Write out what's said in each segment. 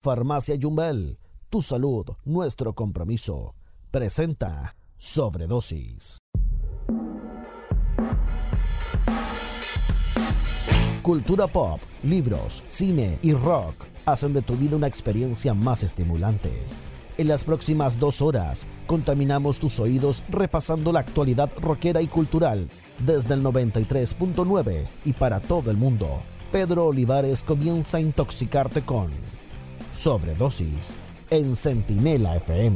Farmacia Yumbel, tu salud, nuestro compromiso. Presenta Sobredosis. Cultura pop, libros, cine y rock hacen de tu vida una experiencia más estimulante. En las próximas 2 horas, contaminamos tus oídos repasando la actualidad rockera y cultural desde el 93.9 y para todo el mundo. Pedro Olivares comienza a intoxicarte con Sobredosis en Centinela FM.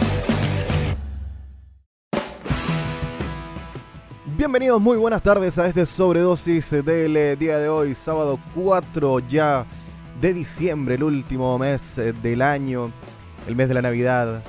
Bienvenidos, muy buenas tardes a este Sobredosis del día de hoy, sábado 4 ya de diciembre, el último mes del año, el mes de la Navidad,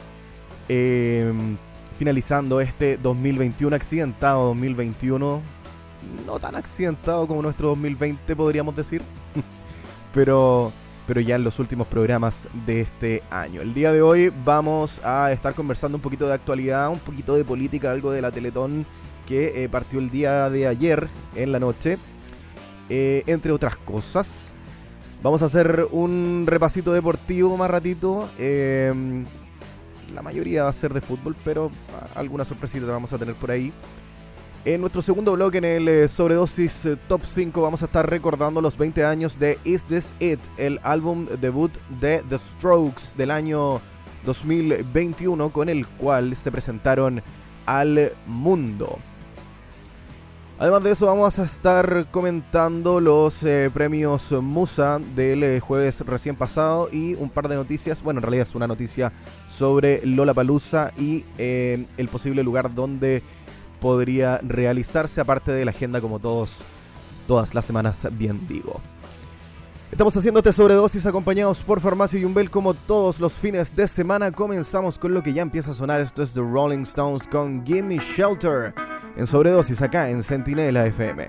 finalizando este 2021, accidentado 2021, no tan accidentado como nuestro 2020 podríamos decir, pero ya en los últimos programas de este año. El día de hoy vamos a estar conversando un poquito de actualidad, un poquito de política, algo de la Teletón que partió el día de ayer en la noche, entre otras cosas. Vamos a hacer un repasito deportivo más ratito. La mayoría va a ser de fútbol, pero alguna sorpresita vamos a tener por ahí. En nuestro segundo bloque, en el Sobredosis Top 5, vamos a estar recordando los 20 años de Is This It, el álbum debut de The Strokes del año 2021, con el cual se presentaron al mundo. Además de eso, vamos a estar comentando los premios Musa del jueves recién pasado y un par de noticias. Bueno, en realidad es una noticia sobre Lollapalooza y el posible lugar donde podría realizarse, aparte de la agenda como todas las semanas, bien digo. Estamos haciendo este Sobredosis acompañados por Farmacia Yumbel como todos los fines de semana. Comenzamos con lo que ya empieza a sonar. Esto es The Rolling Stones con Gimme Shelter en Sobredosis acá en Centinela FM.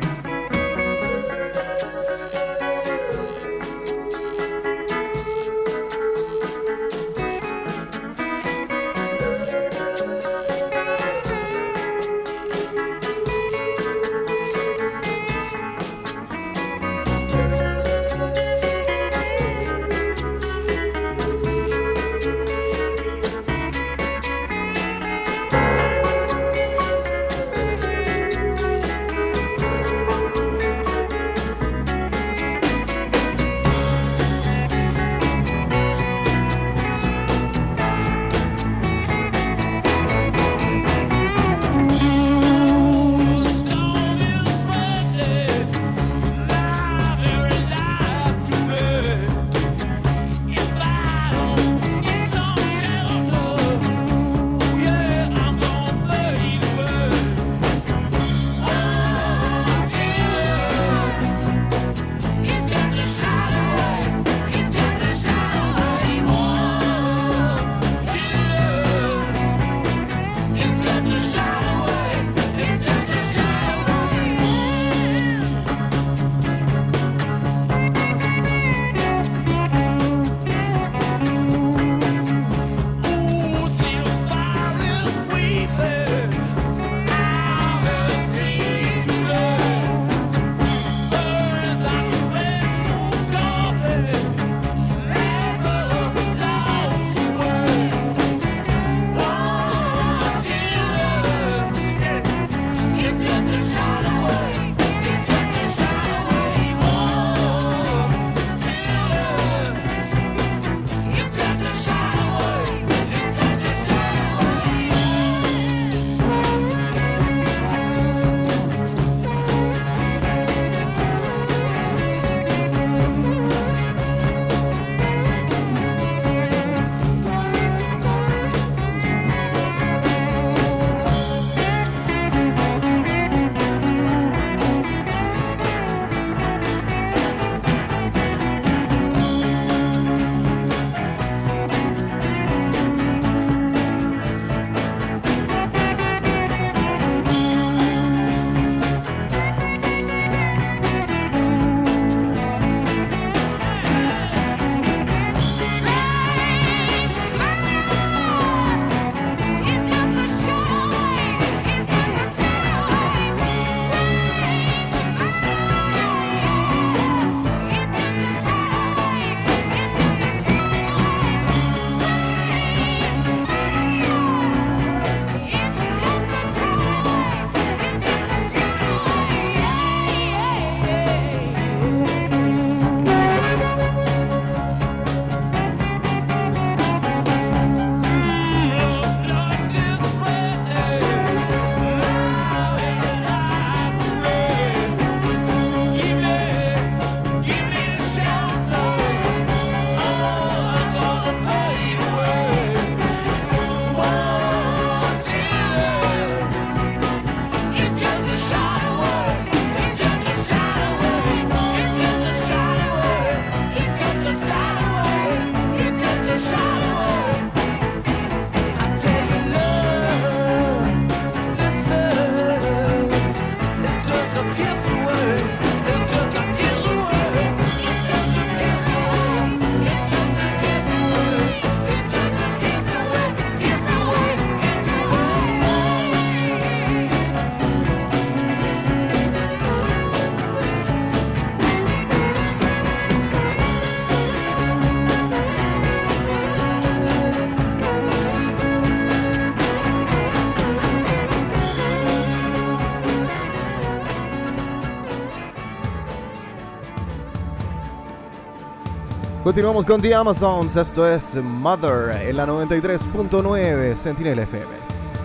Continuamos con The Amazons, esto es Mother en la 93.9 Sentinel FM.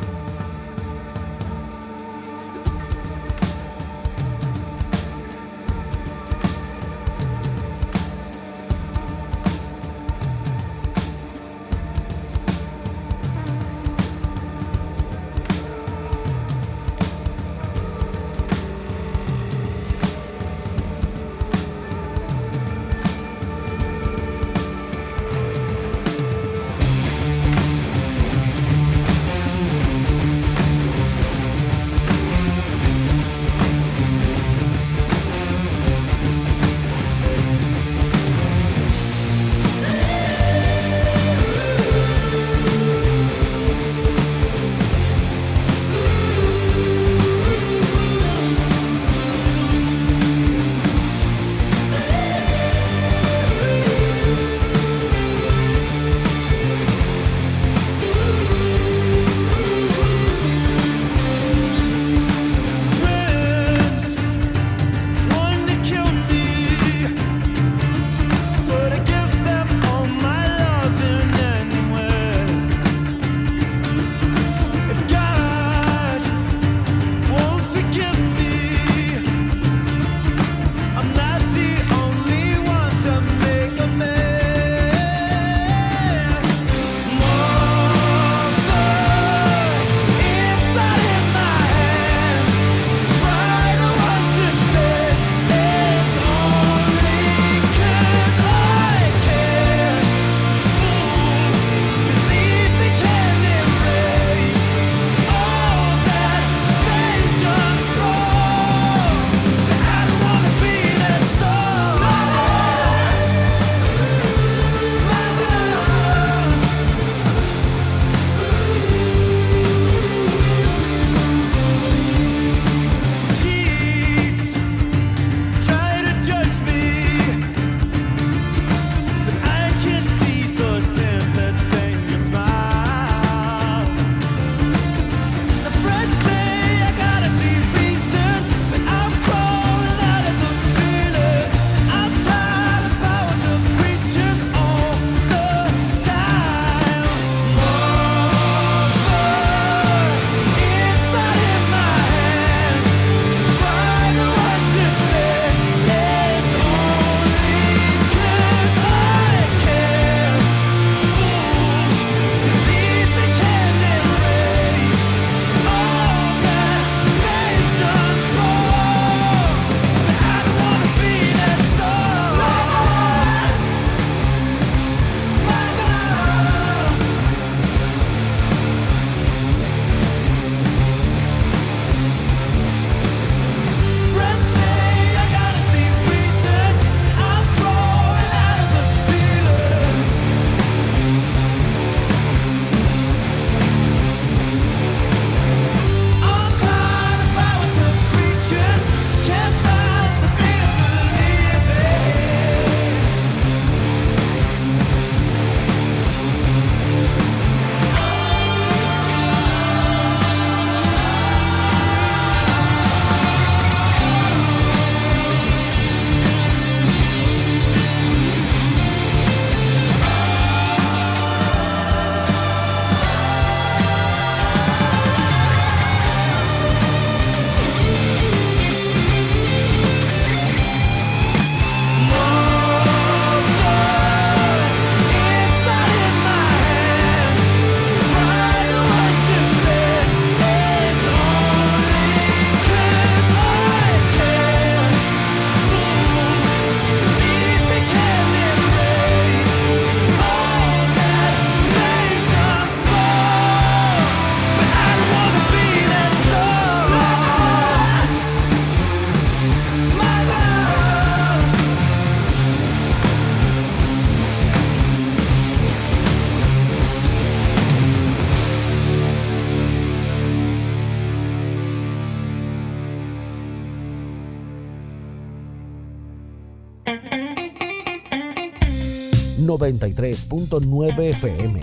...93.9 FM...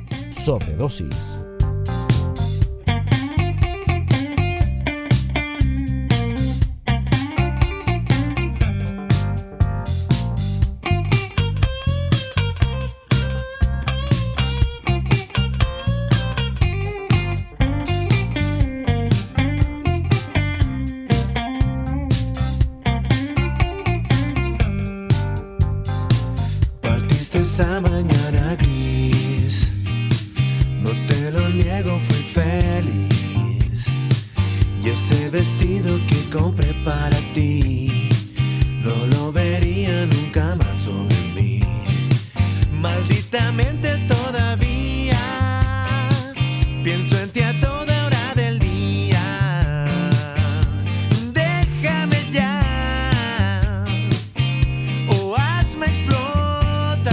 Sobredosis. luego fui feliz. Y ese vestido que compré para ti no lo vería nunca más sobre mí. Malditamente todavía pienso en ti a toda hora del día. Déjame ya o hazme explotar.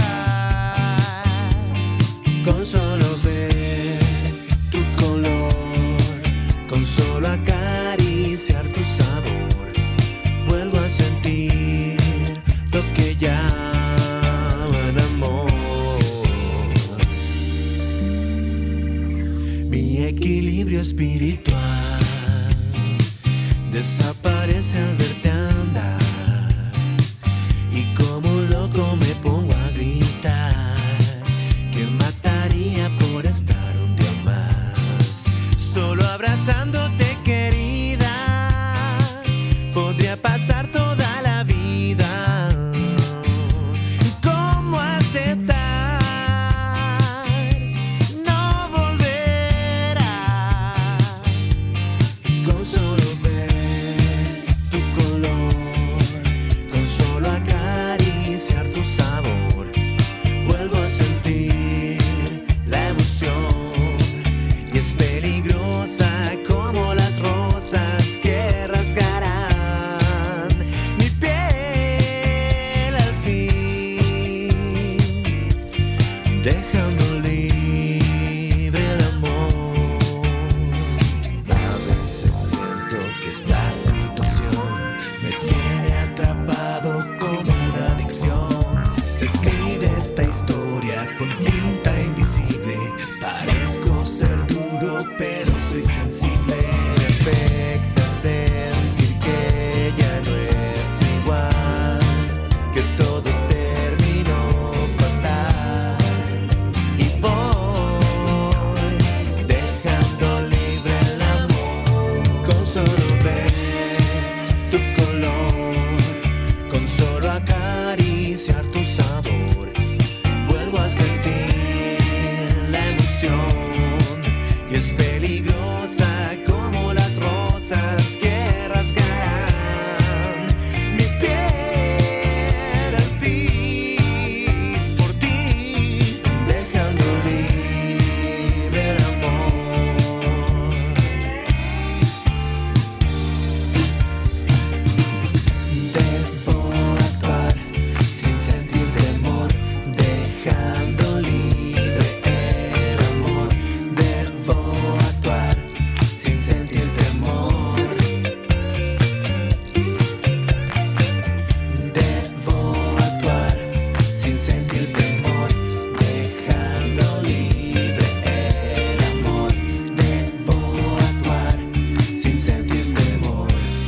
Con solo ver tu color, con solo acariciar tu sabor, vuelvo a sentir lo que llaman amor. Mi equilibrio espiritual desaparece al verte andar, y como un loco me pongo a gritar que mataría por estar un día más solo abrazándote, querida. Podría pasar toda la vida. ¿Cómo aceptar no volver a? Con solo ver tu color, con solo acariciar tu sabor, vuelvo a sentir la emoción. Y es peligrosa como las rosas que rasgarán mi piel al fin, dejando libre el amor. A veces siento que esta situación me tiene atrapado como una adicción. Se escribe esta historia con tinta invisible. Parezco ser duro, pero soy sensible. Me afecta sentir que ya no es igual, que todo terminó fatal. Y voy dejando libre el amor. Con solo ver tu color, con solo acariciar tu sabor, vuelvo a sentir la emoción. Y es peligrosa como las rosas que rasgarán mi piel al fin. Por ti, dejando libre el amor. Debo actuar sin sentir temor, dejando libre el amor. Debo actuar sin sentir temor. Debo actuar sin sentir temor, dejando libre el amor. Debo actuar sin sentir temor.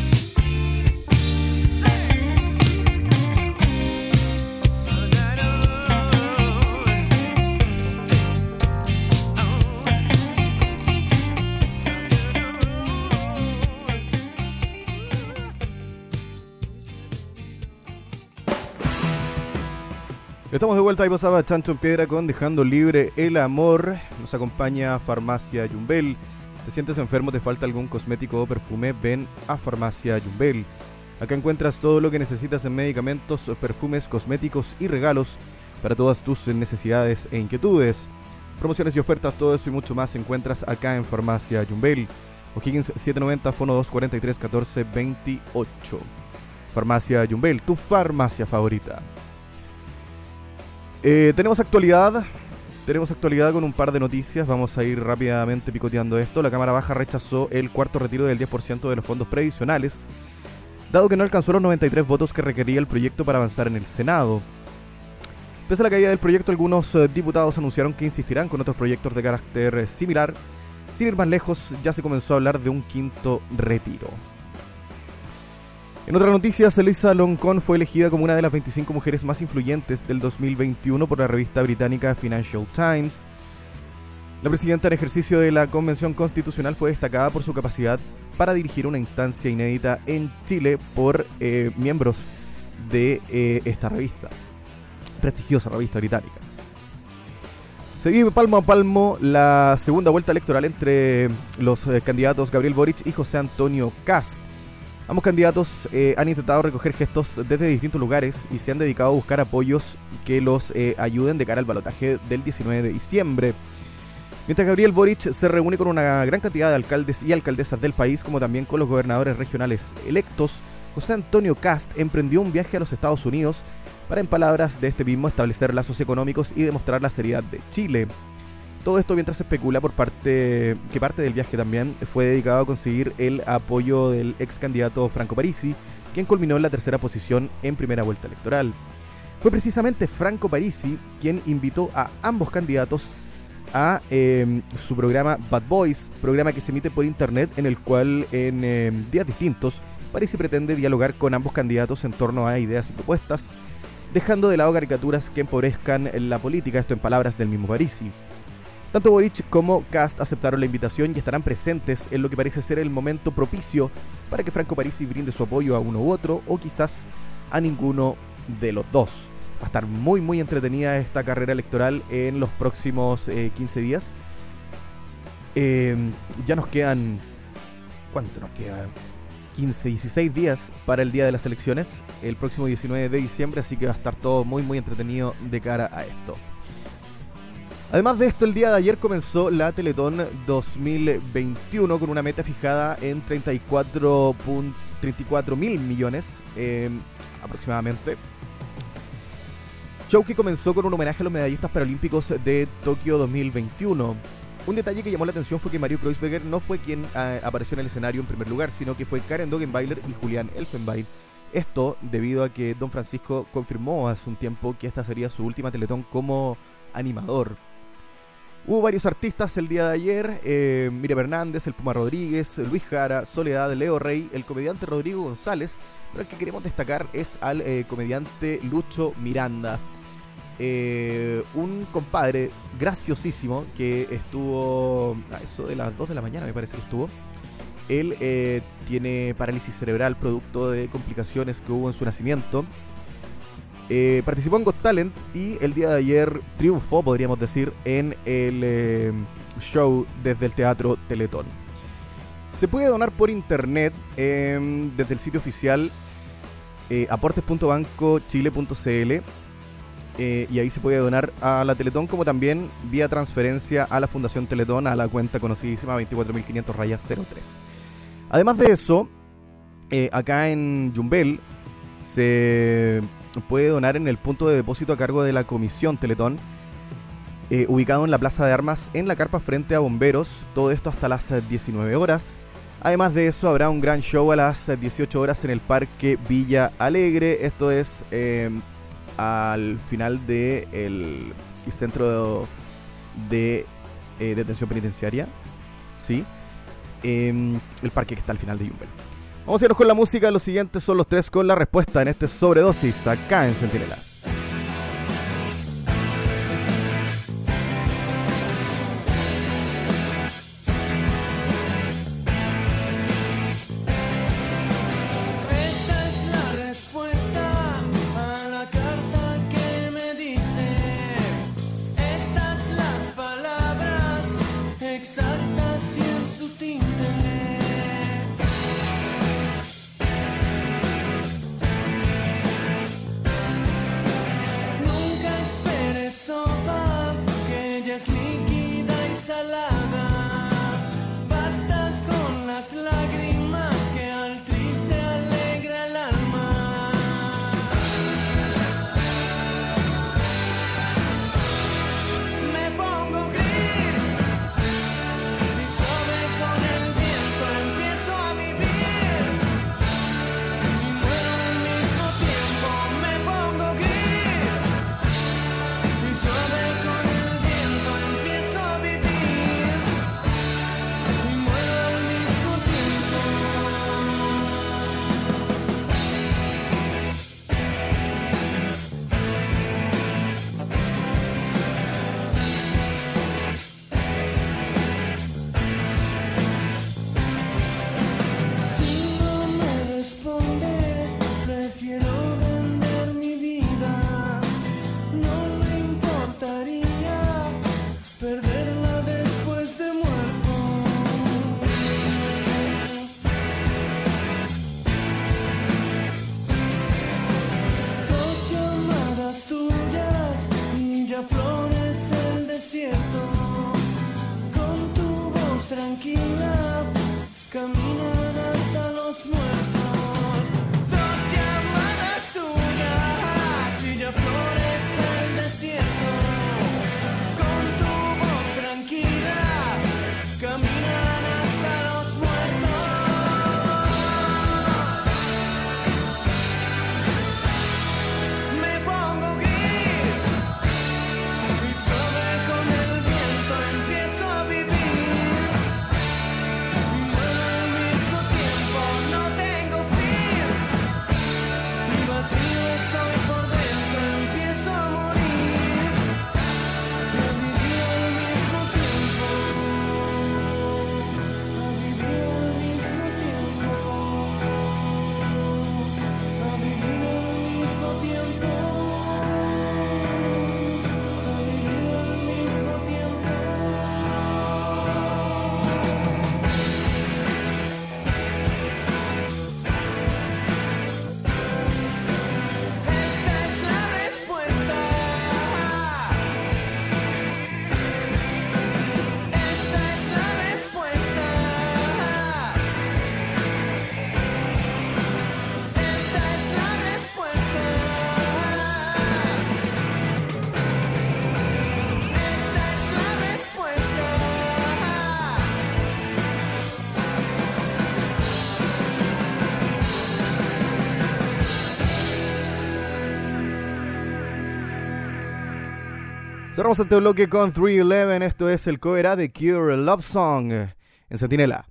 Estamos de vuelta, ahí pasaba Chancho en Piedra con Dejando Libre el Amor. Nos acompaña Farmacia Yumbel. ¿Te sientes enfermo? ¿Te falta algún cosmético o perfume? Ven a Farmacia Yumbel. Acá encuentras todo lo que necesitas en medicamentos, perfumes, cosméticos y regalos para todas tus necesidades e inquietudes. Promociones y ofertas, todo eso y mucho más encuentras acá en Farmacia Yumbel. O'Higgins 790, fono 243 14 28. Farmacia Yumbel, tu farmacia favorita. Tenemos actualidad con un par de noticias. Vamos a ir rápidamente picoteando esto. La Cámara Baja rechazó el cuarto retiro del 10% de los fondos previsionales, dado que no alcanzó los 93 votos que requería el proyecto para avanzar en el Senado. Pese a la caída del proyecto, algunos diputados anunciaron que insistirán con otros proyectos de carácter similar. Sin ir más lejos, ya se comenzó a hablar de un quinto retiro. En otras noticias, Elisa Loncón fue elegida como una de las 25 mujeres más influyentes del 2021 por la revista británica Financial Times. La presidenta en ejercicio de la Convención Constitucional fue destacada por su capacidad para dirigir una instancia inédita en Chile por miembros de esta revista, prestigiosa revista británica. Se vive palmo a palmo la segunda vuelta electoral entre los candidatos Gabriel Boric y José Antonio Kast. Ambos candidatos han intentado recoger gestos desde distintos lugares y se han dedicado a buscar apoyos que los ayuden de cara al balotaje del 19 de diciembre. Mientras Gabriel Boric se reúne con una gran cantidad de alcaldes y alcaldesas del país, como también con los gobernadores regionales electos, José Antonio Kast emprendió un viaje a los Estados Unidos para, en palabras de este mismo, establecer lazos económicos y demostrar la seriedad de Chile. Todo esto mientras se especula que parte del viaje también fue dedicado a conseguir el apoyo del ex candidato Franco Parisi, quien culminó en la tercera posición en primera vuelta electoral. Fue precisamente Franco Parisi quien invitó a ambos candidatos a su programa Bad Boys, programa que se emite por internet en el cual en días distintos Parisi pretende dialogar con ambos candidatos en torno a ideas y propuestas, dejando de lado caricaturas que empobrezcan la política, esto en palabras del mismo Parisi. Tanto Boric como Kast aceptaron la invitación y estarán presentes en lo que parece ser el momento propicio para que Franco Parisi brinde su apoyo a uno u otro, o quizás a ninguno de los dos. Va a estar muy muy entretenida esta carrera electoral en los próximos 15 días. Ya nos quedan... ¿Cuánto nos queda? 15, 16 días para el día de las elecciones, el próximo 19 de diciembre, así que va a estar todo muy muy entretenido de cara a esto. Además de esto, el día de ayer comenzó la Teletón 2021 con una meta fijada en 34.000 millones aproximadamente. Show que comenzó con un homenaje a los medallistas paralímpicos de Tokio 2021. Un detalle que llamó la atención fue que Mario Kreuzberger no fue quien apareció en el escenario en primer lugar, sino que fue Karen Dogenbailer y Julián Elfenbein. Esto debido a que Don Francisco confirmó hace un tiempo que esta sería su última Teletón como animador. Hubo varios artistas el día de ayer, Miriam Hernández, el Puma Rodríguez, Luis Jara, Soledad, Leo Rey, el comediante Rodrigo González, pero el que queremos destacar es al comediante Lucho Miranda. Un compadre graciosísimo que estuvo a eso de las 2 de la mañana, me parece que estuvo. Él tiene parálisis cerebral producto de complicaciones que hubo en su nacimiento. Participó en Got Talent y el día de ayer triunfó, podríamos decir, en el show desde el Teatro Teletón. Se puede donar por internet desde el sitio oficial aportes.bancochile.cl y ahí se puede donar a la Teletón, como también vía transferencia a la Fundación Teletón, a la cuenta conocidísima 24.500-03. Además de eso, acá en Yumbel se puede donar en el punto de depósito a cargo de la Comisión Teletón, ubicado en la Plaza de Armas, en la carpa frente a Bomberos, todo esto hasta las 19 horas. Además de eso, habrá un gran show a las 18 horas en el Parque Villa Alegre, esto es al final del centro de detención penitenciaria, ¿sí? El parque que está al final de Yumbel. Vamos a irnos con la música. Los siguientes son los tres con la respuesta en este Sobredosis acá en Centinela. desierto, con tu voz tranquila, caminan hasta los muertos. Dos llamadas tuyas y ya florece el desierto, con tu voz tranquila, caminan hasta los muertos. Me pongo gris y sube con el viento, empiezo a vivir. Muero al mismo tiempo, no tengo fin. Y vacío estoy por dentro, empiezo a morir. Y a vivir al mismo tiempo. A vivir al mismo tiempo. A vivir al mismo tiempo. A vivir al mismo tiempo. Esta es la respuesta. Esta es la respuesta. Esta es la respuesta. Esta es la respuesta. Cerramos este bloque con 311. Esto es el cover A de Cure, Love Song, en Centinela.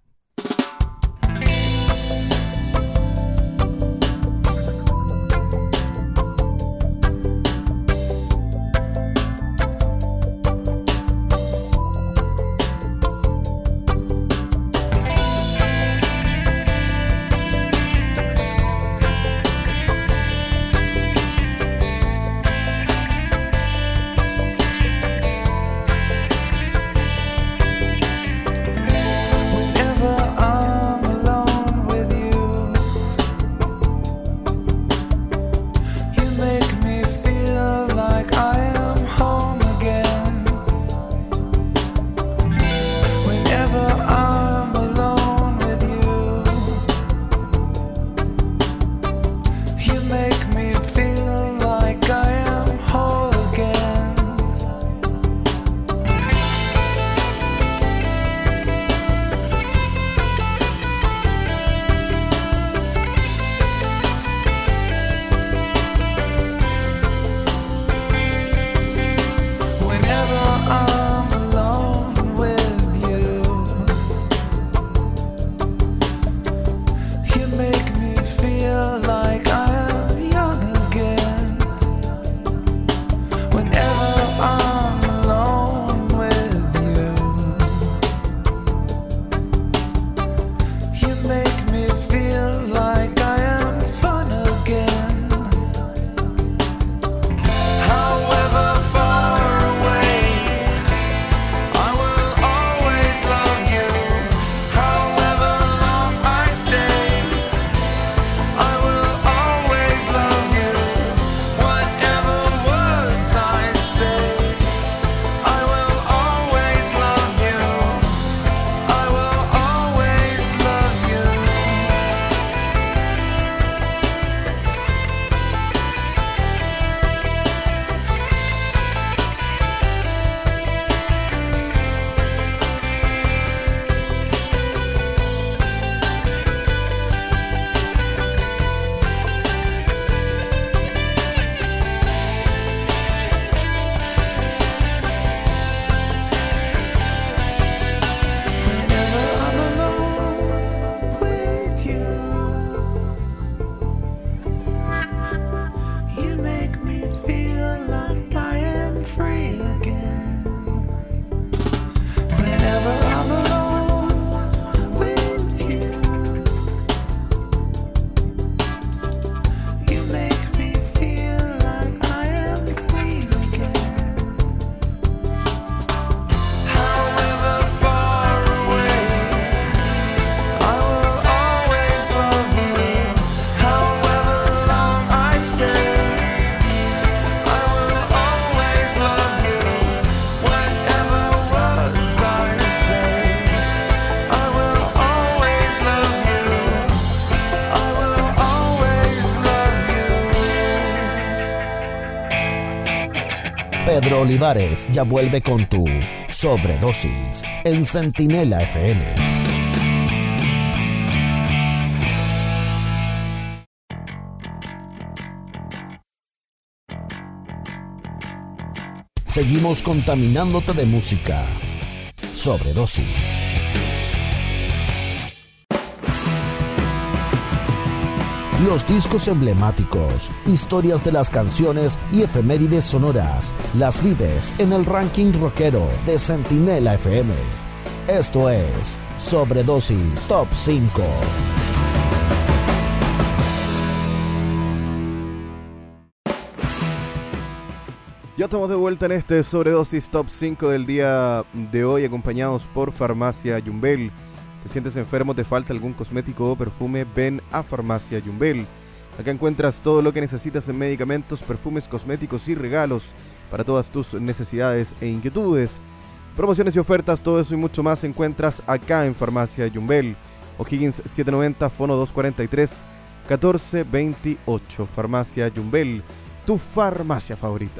Wherever Pedro Olivares ya vuelve con tu Sobredosis en Centinela FM. Seguimos contaminándote de música. Sobredosis. Los discos emblemáticos, historias de las canciones y efemérides sonoras, las vives en el ranking rockero de Centinela FM. Esto es Sobredosis Top 5. Ya estamos de vuelta en este Sobredosis Top 5 del día de hoy, acompañados por Farmacia Yumbel. ¿Te sientes enfermo? ¿Te falta algún cosmético o perfume? Ven a Farmacia Yumbel. Acá encuentras todo lo que necesitas en medicamentos, perfumes, cosméticos y regalos para todas tus necesidades e inquietudes. Promociones y ofertas, todo eso y mucho más encuentras acá en Farmacia Yumbel. O'Higgins 790, Fono 243, 1428. Farmacia Yumbel, tu farmacia favorita.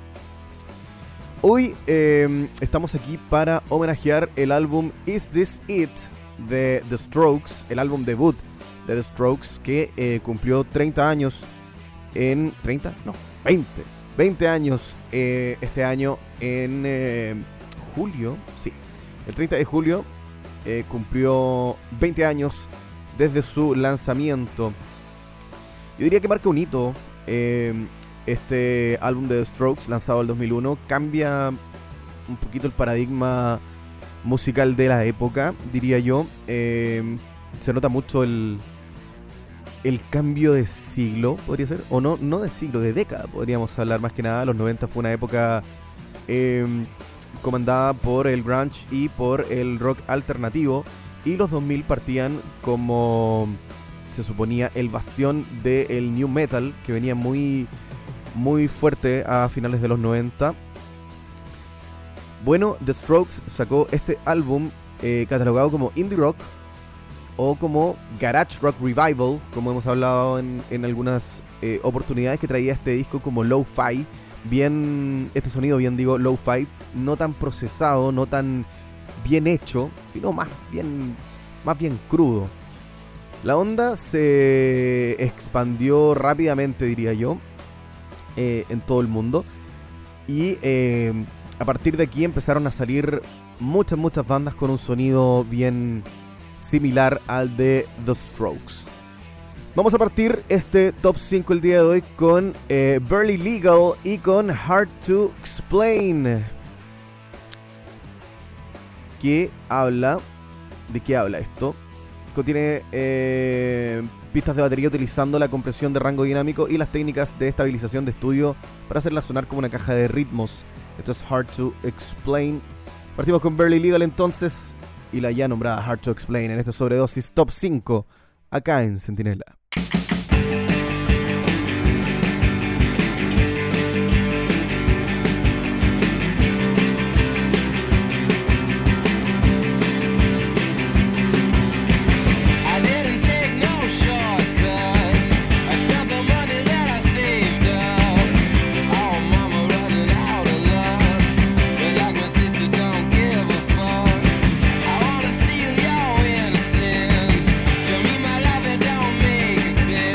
Hoy estamos aquí para homenajear el álbum Is This It de The Strokes, el álbum debut de The Strokes, que cumplió 30 años en... ¿30? No, 20 años este año en julio, sí, el 30 de julio cumplió 20 años desde su lanzamiento. Yo diría que marca un hito. Este álbum de The Strokes, lanzado en el 2001, cambia un poquito el paradigma musical de la época, diría yo. Se nota mucho el cambio de siglo, podría ser, o no de siglo, de década, podríamos hablar más que nada. Los 90 fue una época comandada por el grunge y por el rock alternativo, y los 2000 partían como se suponía el bastión del new metal, que venía muy fuerte a finales de los 90. Bueno, The Strokes sacó este álbum catalogado como indie rock o como garage rock revival, como hemos hablado en algunas oportunidades, que traía este disco como lo-fi, este sonido bien digo, lo-fi, no tan procesado, no tan bien hecho, sino más bien crudo. La onda se expandió rápidamente, diría yo, en todo el mundo, y a partir de aquí empezaron a salir muchas bandas con un sonido bien similar al de The Strokes. Vamos a partir este top 5 el día de hoy con Barely Legal y con Hard to Explain. ¿De qué habla esto? Contiene pistas de batería utilizando la compresión de rango dinámico y las técnicas de estabilización de estudio para hacerla sonar como una caja de ritmos. Esto es Hard to Explain. Partimos con Barely Legal entonces, y la ya nombrada Hard to Explain en este Sobredosis Top 5 acá en Centinela. Show me my life, it don't make sense.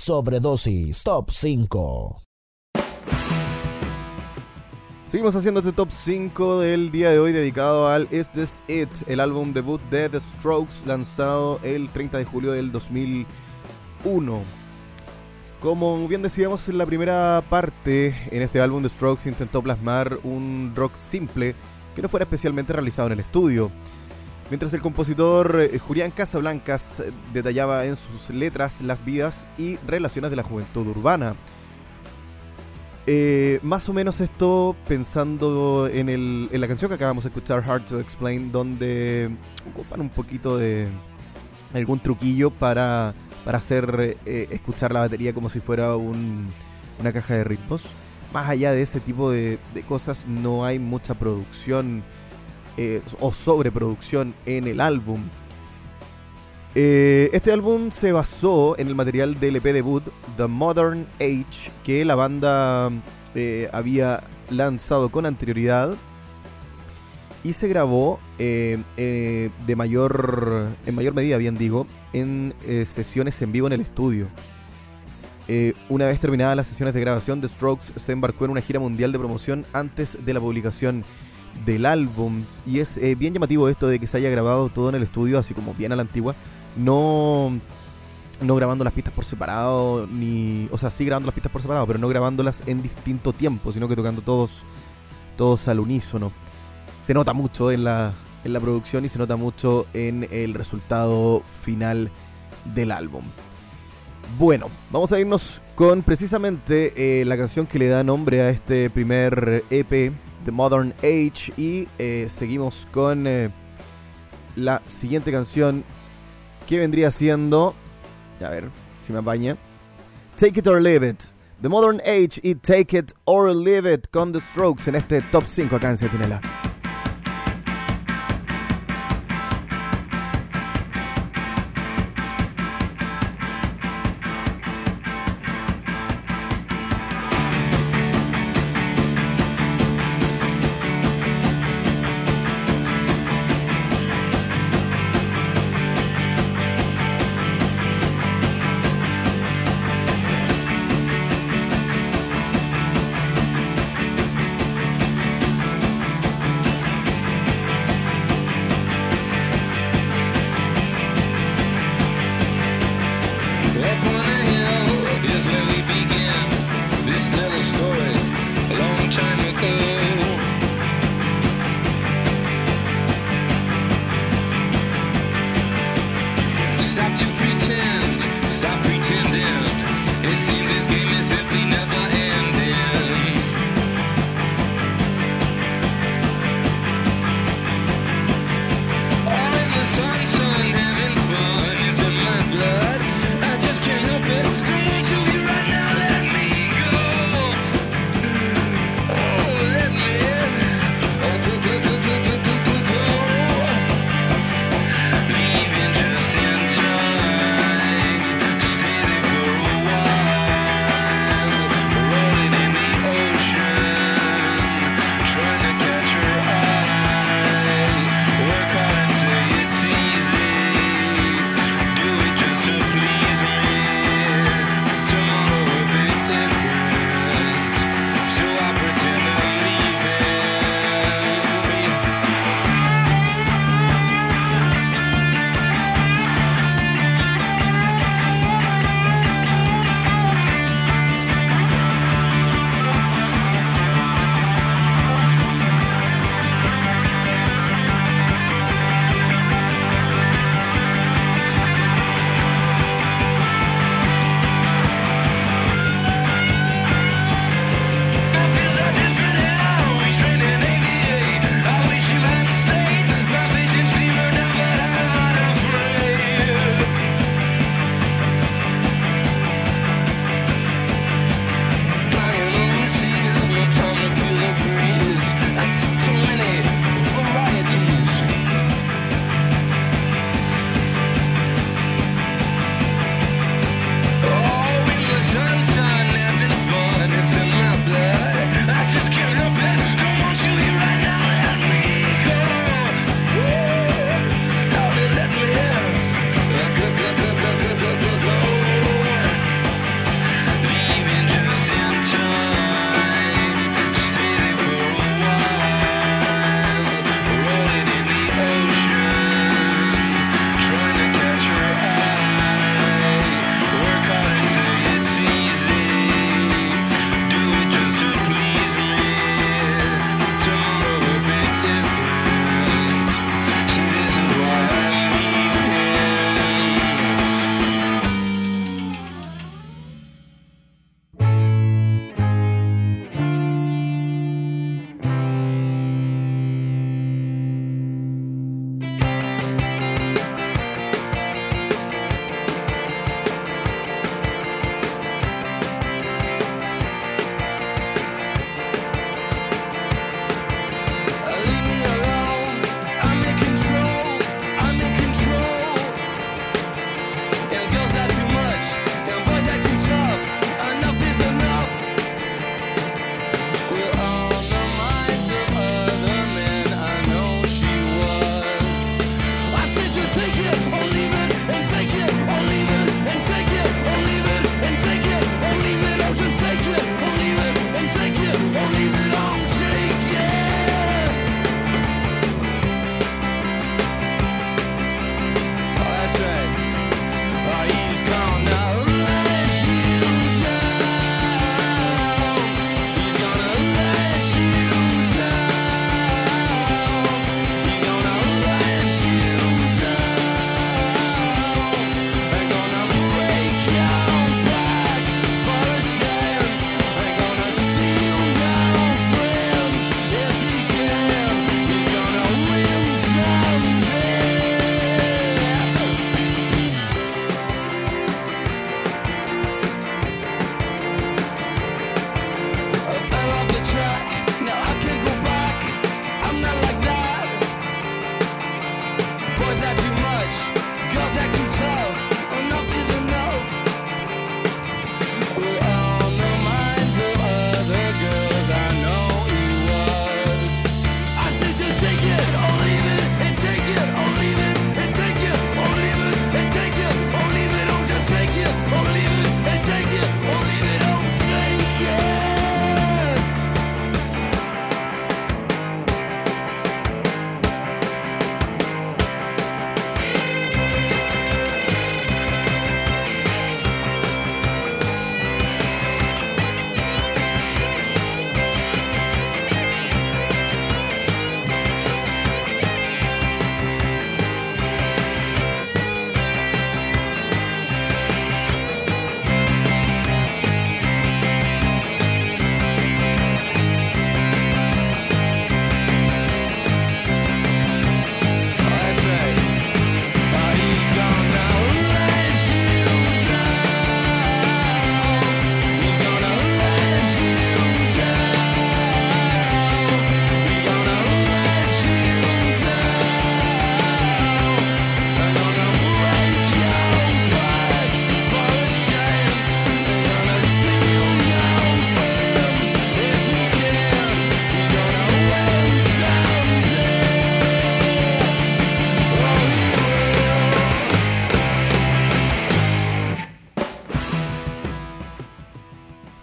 Sobredosis Top 5. Seguimos haciendo este Top 5 del día de hoy dedicado al Is This It, el álbum debut de The Strokes, lanzado el 30 de julio del 2001. Como bien decíamos en la primera parte, en este álbum The Strokes intentó plasmar un rock simple que no fuera especialmente realizado en el estudio. Mientras el compositor Julián Casablancas detallaba en sus letras las vidas y relaciones de la juventud urbana. Más o menos esto pensando en la canción que acabamos de escuchar, Hard to Explain, donde ocupan un poquito de algún truquillo para hacer escuchar la batería como si fuera una caja de ritmos. Más allá de ese tipo de cosas, no hay mucha producción o sobreproducción en el álbum. Este álbum se basó en el material del EP debut The Modern Age, que la banda había lanzado con anterioridad y se grabó en mayor medida, bien digo, en sesiones en vivo en el estudio. Una vez terminadas las sesiones de grabación, The Strokes se embarcó en una gira mundial de promoción antes de la publicación del álbum, y es bien llamativo esto de que se haya grabado todo en el estudio, así como bien a la antigua, no grabando las pistas por separado, o sea, sí grabando las pistas por separado, pero no grabándolas en distinto tiempo, sino que tocando todos al unísono. Se nota mucho en la producción y se nota mucho en el resultado final del álbum. Bueno, vamos a irnos con precisamente la canción que le da nombre a este primer EP, The Modern Age, y seguimos con la siguiente canción, que vendría siendo, a ver si me apaña, Take It or Leave It. The Modern Age y Take It or Leave It con The Strokes en este Top 5 acá en Centinela. Stay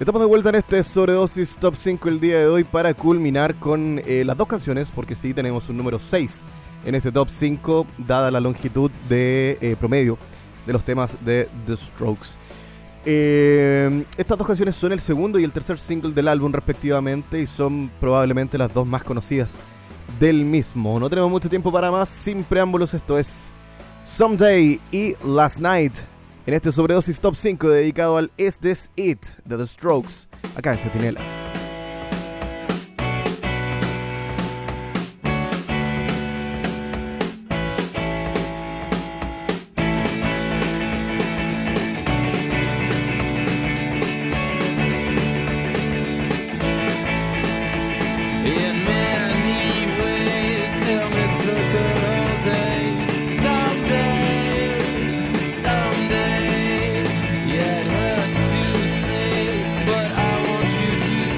Estamos de vuelta en este Sobredosis Top 5 el día de hoy para culminar con las dos canciones, porque sí tenemos un número 6 en este Top 5, dada la longitud de promedio de los temas de The Strokes. Estas dos canciones son el segundo y el tercer single del álbum respectivamente y son probablemente las dos más conocidas del mismo. No tenemos mucho tiempo para más, sin preámbulos, esto es Someday y Last Night en este Sobredosis Top 5 dedicado al Is This It de The Strokes, acá en Sentinela. Someday, yeah, it hurts to say, but I want you to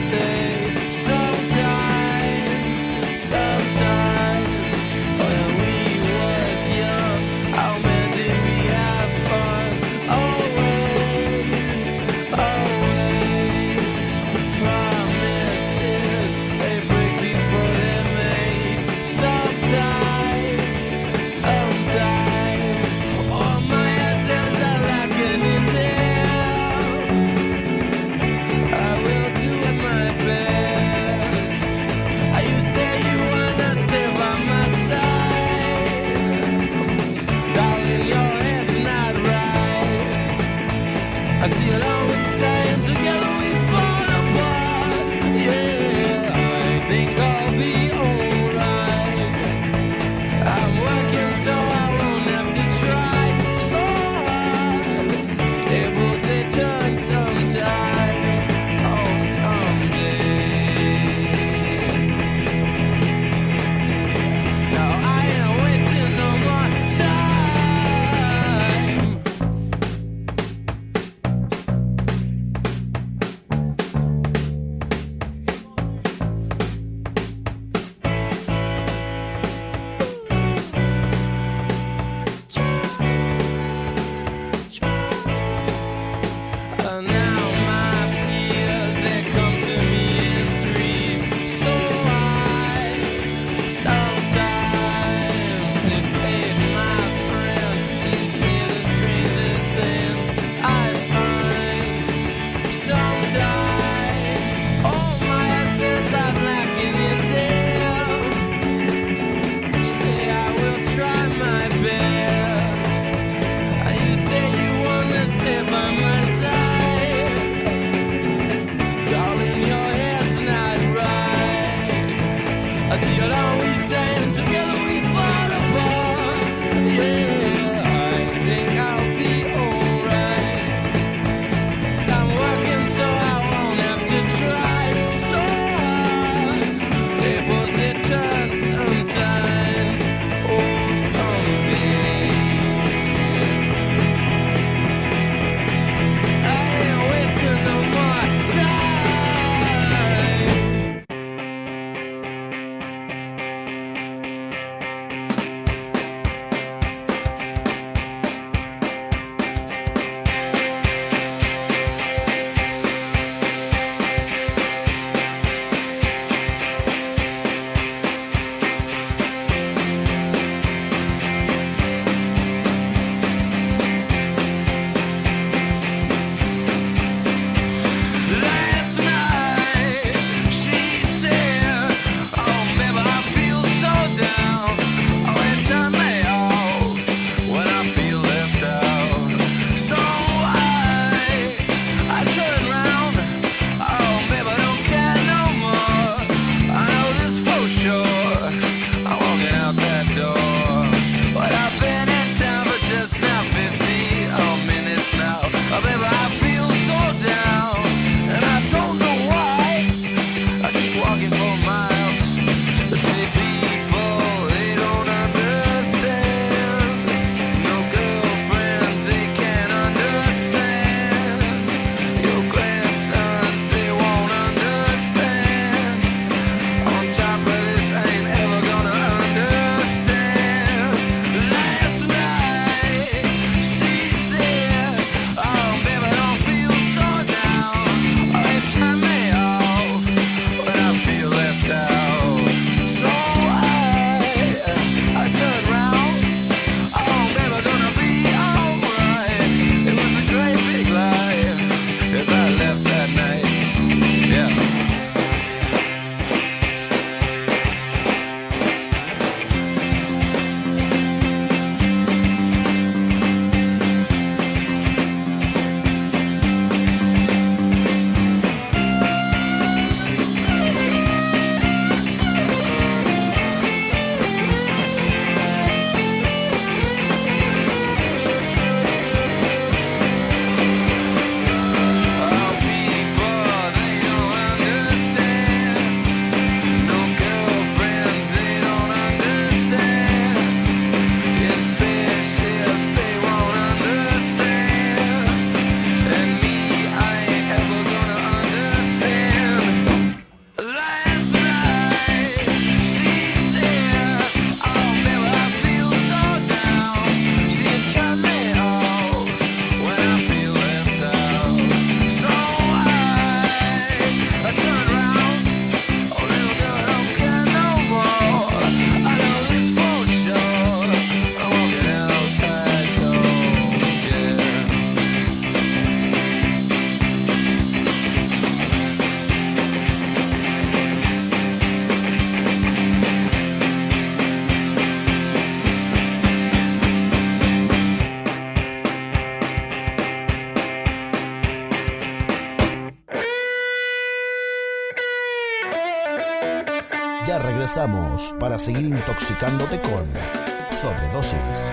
regresamos para seguir intoxicándote con Sobredosis.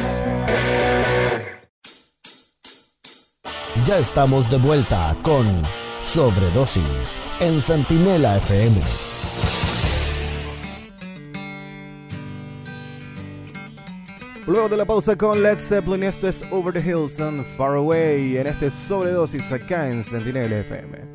Ya estamos de vuelta con Sobredosis en Centinela FM. Luego de la pausa con Led Zeppelin, esto es Over the Hills and Far Away en este Sobredosis acá en Centinela FM.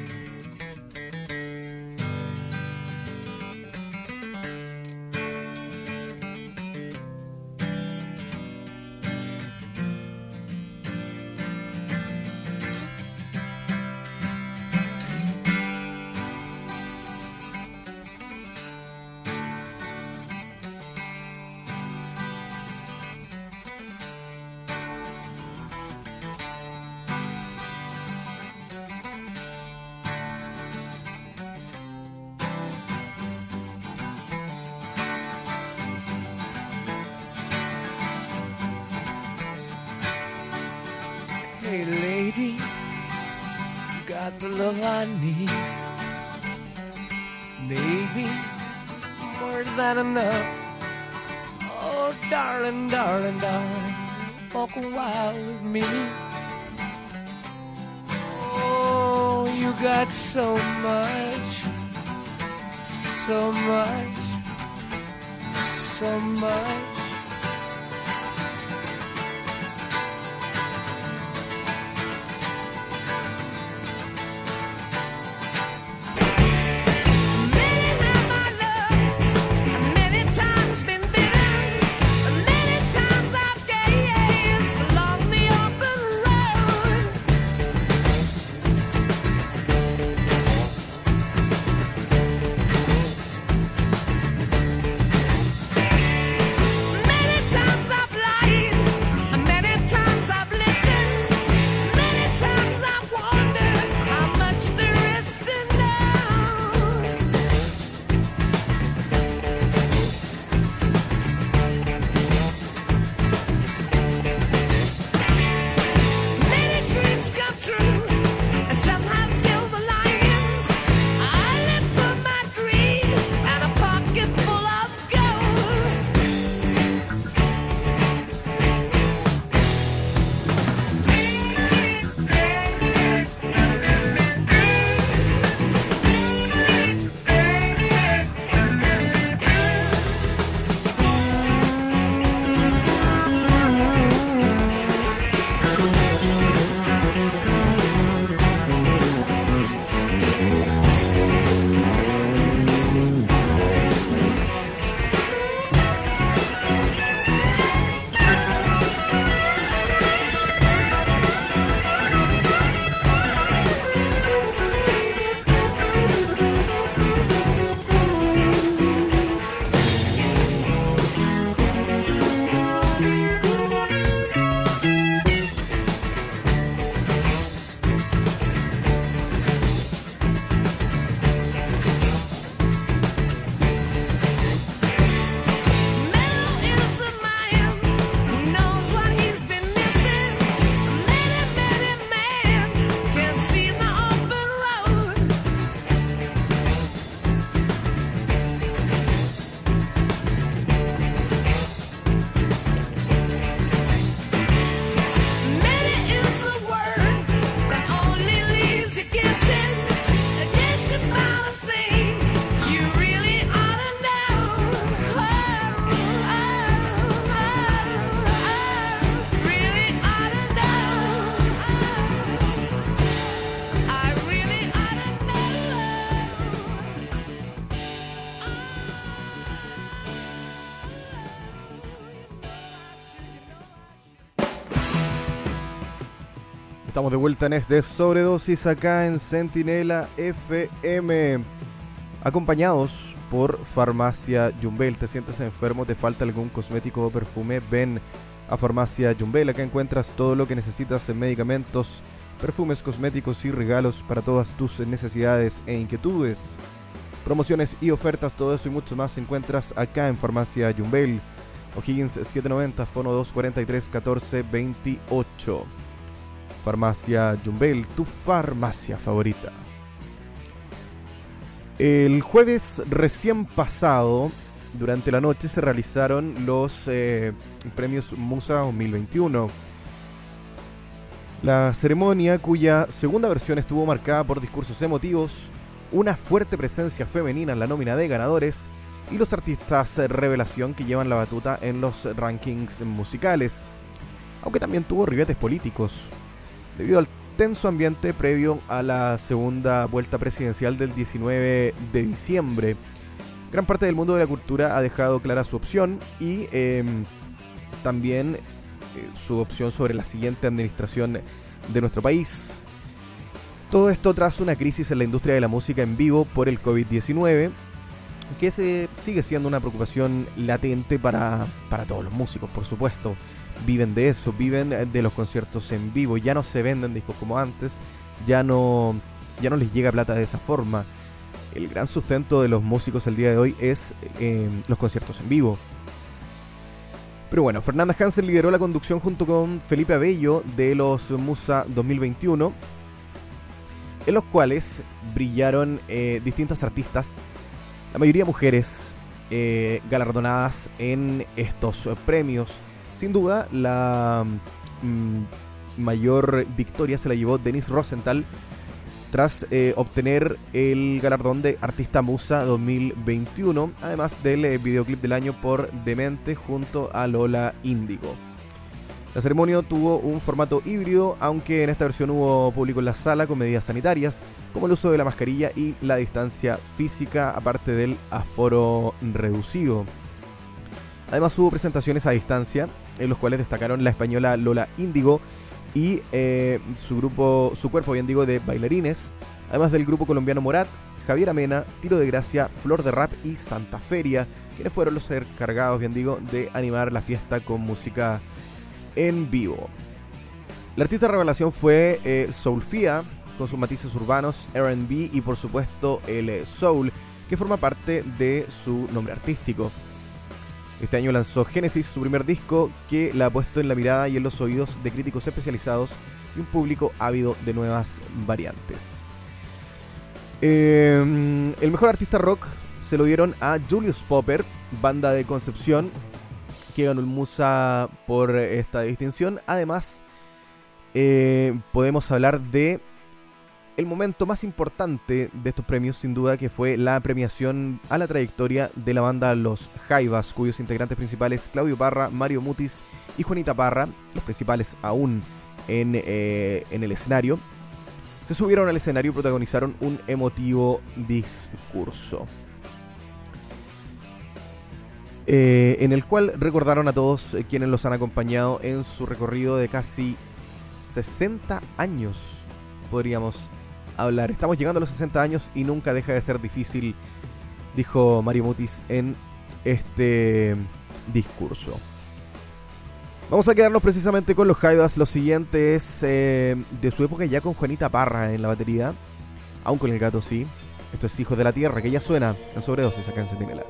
Hey lady, you got the love I need. Maybe more than enough. Oh darling, darling, darling, walk a while with me. Oh, you got so much, so much, so much. Estamos de vuelta en este Sobredosis acá en Centinela FM, acompañados por Farmacia Yumbel. ¿Te sientes enfermo? ¿Te falta algún cosmético o perfume? Ven a Farmacia Yumbel. Acá encuentras todo lo que necesitas en medicamentos, perfumes, cosméticos y regalos para todas tus necesidades e inquietudes. Promociones y ofertas, todo eso y mucho más encuentras acá en Farmacia Yumbel. O'Higgins 790, fono 243 1428. Farmacia Yumbel, tu farmacia favorita. El jueves recién pasado, durante la noche, se realizaron los premios Musa 2021. La ceremonia, cuya segunda versión estuvo marcada por discursos emotivos, una fuerte presencia femenina en la nómina de ganadores y los artistas revelación que llevan la batuta en los rankings musicales, aunque también tuvo ribetes políticos, debido al tenso ambiente previo a la segunda vuelta presidencial del 19 de diciembre. Gran parte del mundo de la cultura ha dejado clara su opción y también su opción sobre la siguiente administración de nuestro país. Todo esto tras una crisis en la industria de la música en vivo por el COVID-19, que sigue siendo una preocupación latente para todos los músicos, por supuesto. Viven de eso, viven de los conciertos en vivo, ya no se venden discos como antes, ya no les llega plata de esa forma. El gran sustento de los músicos el día de hoy es los conciertos en vivo. Pero bueno, Fernanda Hansen lideró la conducción junto con Felipe Abello de los Musa 2021, en los cuales brillaron distintas artistas, la mayoría mujeres, galardonadas en estos premios. Sin duda, la mayor victoria se la llevó Denise Rosenthal tras obtener el galardón de Artista Musa 2021, además del videoclip del año por Demente junto a Lola Índigo. La ceremonia tuvo un formato híbrido, aunque en esta versión hubo público en la sala con medidas sanitarias, como el uso de la mascarilla y la distancia física, aparte del aforo reducido. Además hubo presentaciones a distancia, en los cuales destacaron la española Lola Índigo y su cuerpo, bien digo, de bailarines, además del grupo colombiano Morat, Javier Amena, Tiro de Gracia, Flor de Rap y Santa Feria, quienes fueron los encargados, bien digo, de animar la fiesta con música en vivo. La artista revelación fue Soulfia, con sus matices urbanos, R&B y por supuesto el soul, que forma parte de su nombre artístico. Este año lanzó Génesis, su primer disco, que la ha puesto en la mirada y en los oídos de críticos especializados y un público ávido de nuevas variantes. El mejor artista rock se lo dieron a Julius Popper, banda de Concepción, que ganó el Musa por esta distinción. Además, podemos hablar de el momento más importante de estos premios, sin duda, que fue la premiación a la trayectoria de la banda Los Jaivas, cuyos integrantes principales, Claudio Parra, Mario Mutis y Juanita Parra, los principales aún en el escenario, se subieron al escenario y protagonizaron un emotivo discurso, en el cual recordaron a todos quienes los han acompañado en su recorrido de casi 60 años, podríamos hablar. Estamos llegando a los 60 años y nunca deja de ser difícil, dijo Mario Mutis en este discurso. Vamos a quedarnos precisamente con los Jaivas. Lo siguiente es de su época ya con Juanita Parra en la batería, aún con el gato sí. Esto es Hijos de la Tierra, que ya suena en Sobredosis acá en Centinela.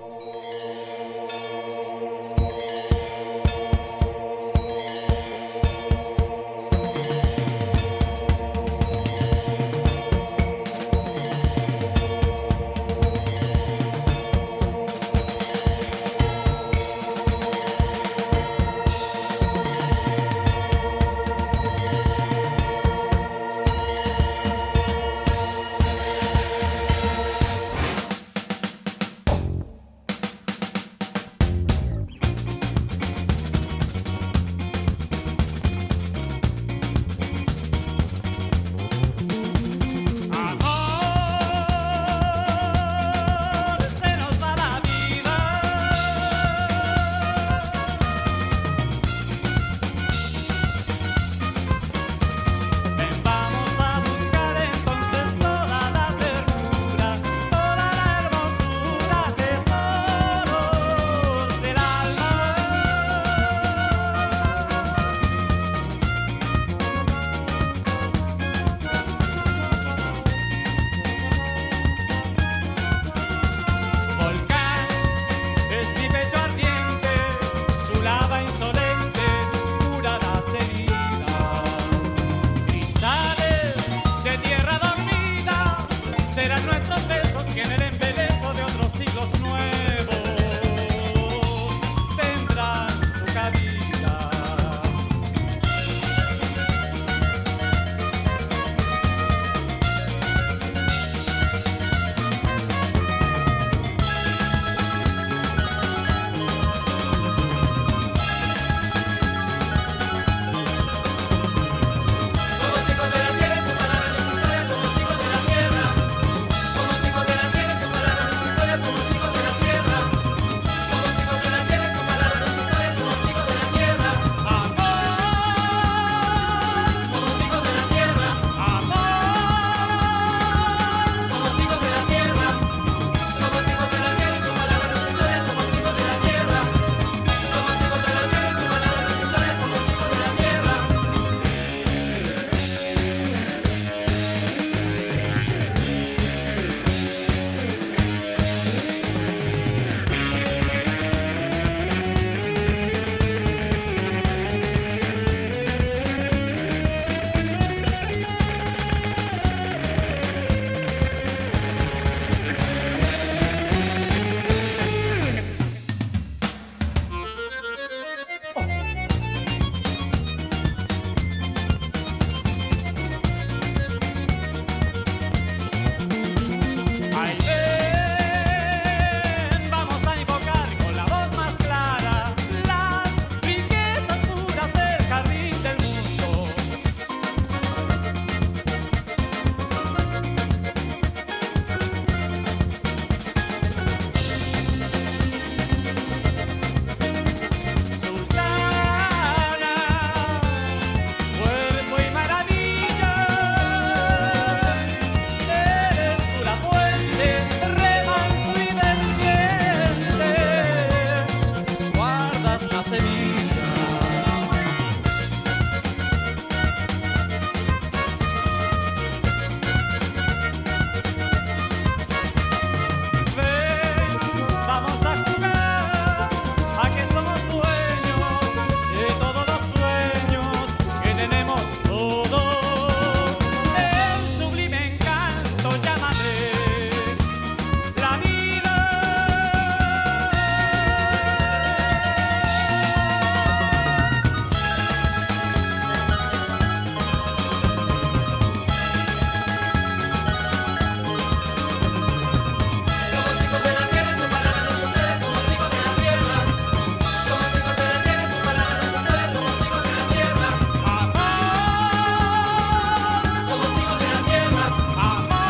Sevilla. Ven, vamos a jugar a que somos dueños de todos los sueños que tenemos todos. El sublime encanto, llámame la vida. Somos hijos de la tierra, son palabras de ustedes, somos hijos de la tierra. Somos hijos de la tierra, son palabras de ustedes, somos hijos de la tierra. Amor. Somos hijos de la tierra. Amor.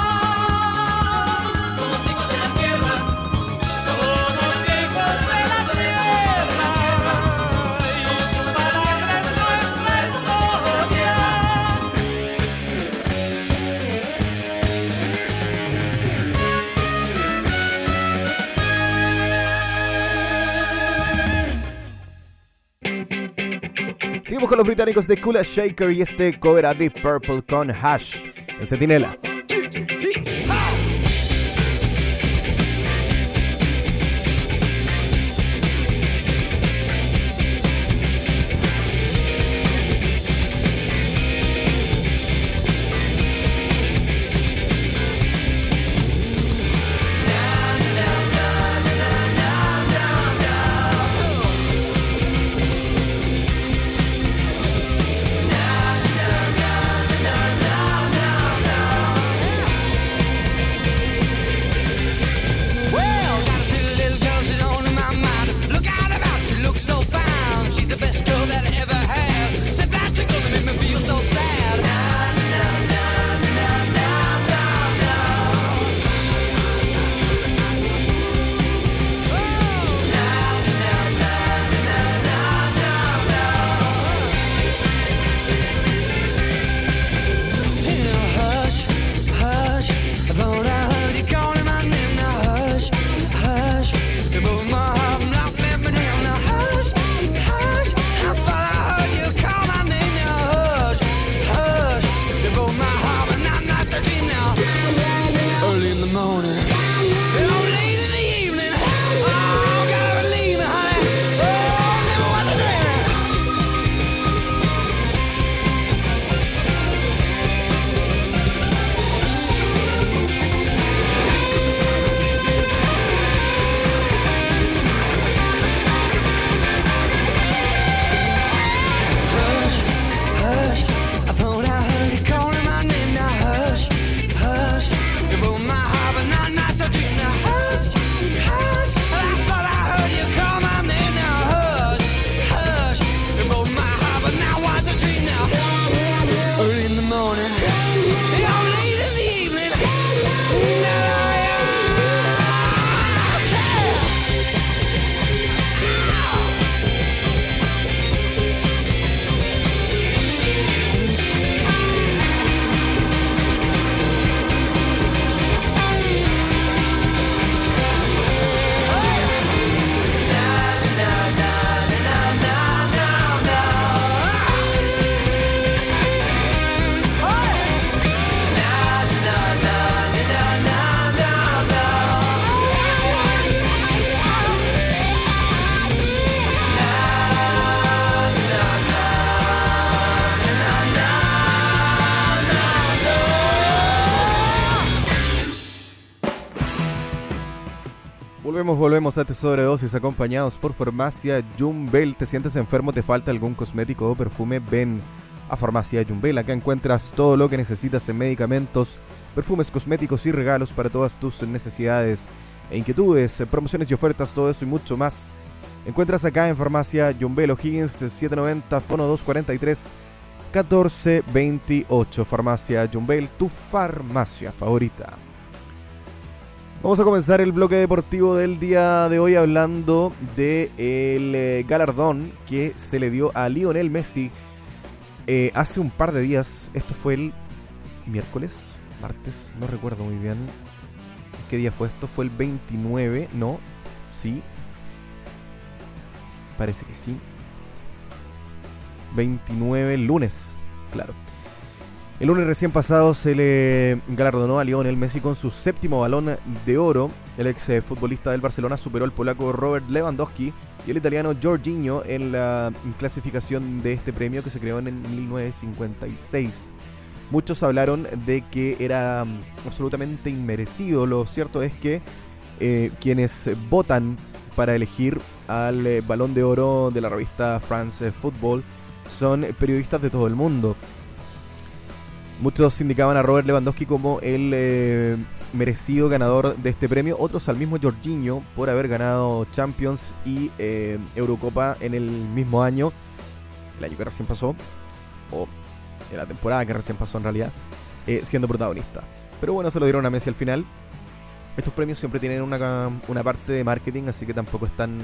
Somos hijos de la tierra. Somos hijos de la tierra. Y su palabra es nuestra historia. Seguimos con los británicos de Kula Shaker y este cover a Deep Purple con Hash en Centinela. Well, gotta see the little girl, she's on in my mind. Look out about, she looks so fine. She's the best girl that I ever had. Said that's a girl that made me feel so sad. Hush, hush, I thought I heard you calling my name. Now hush, hush, you broke my heart and knocked me down. Now hush, hush, I thought I heard you call my name. Now hush, hush, you broke my heart and I'm not 13 now. Early in the morning, oh, late in the evening, oh, gotta believe me, honey. Oh, never was a dream. Hush, I thought I heard you calling my name. Now hush, hush, you broke my heart, but now not so deep. Now hush, hush, I thought I heard you call my name. Now hush, hush, you broke my heart, but now what's a dream now? Early in the morning, you're late in the evening. Volvemos a Sobredosis acompañados por Farmacia Jumbel. ¿Te sientes enfermo? ¿Te falta algún cosmético o perfume? Ven a Farmacia Jumbel. Acá encuentras todo lo que necesitas en medicamentos, perfumes, cosméticos y regalos para todas tus necesidades e inquietudes, promociones y ofertas, todo eso y mucho más. Encuentras acá en Farmacia Jumbel, O'Higgins 790, Fono 243 1428. Farmacia Jumbel, tu farmacia favorita. Vamos a comenzar el bloque deportivo del día de hoy hablando del galardón que se le dio a Lionel Messi hace un par de días. Esto fue el miércoles, martes, no recuerdo muy bien qué día fue esto. Fue el 29, no, sí. parece que sí. 29, lunes, claro. El lunes recién pasado se le galardonó a Lionel Messi con su 7º Balón de Oro. El ex futbolista del Barcelona superó al polaco Robert Lewandowski y el italiano Jorginho en la clasificación de este premio que se creó en 1956. Muchos hablaron de que era absolutamente inmerecido. Lo cierto es que quienes votan para elegir al Balón de Oro de la revista France Football son periodistas de todo el mundo. Muchos indicaban a Robert Lewandowski como el merecido ganador de este premio, otros al mismo Jorginho por haber ganado Champions y Eurocopa en el mismo año, el año que recién pasó, o en la temporada que recién pasó en realidad, siendo protagonista. Pero bueno, se lo dieron a Messi al final. Estos premios siempre tienen una parte de marketing, así que tampoco es tan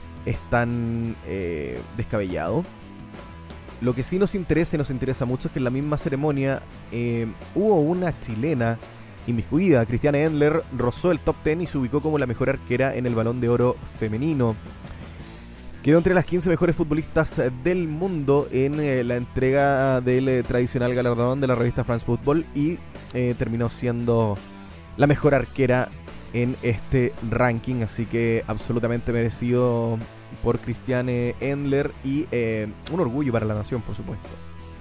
descabellado. Lo que sí nos interesa mucho es que en la misma ceremonia hubo una chilena inmiscuida. Christiane Endler rozó el top 10 y se ubicó como la mejor arquera en el Balón de Oro femenino. Quedó entre las 15 mejores futbolistas del mundo en la entrega del tradicional galardón de la revista France Football y terminó siendo la mejor arquera en este ranking, así que absolutamente merecido por Christiane Endler y un orgullo para la nación, por supuesto.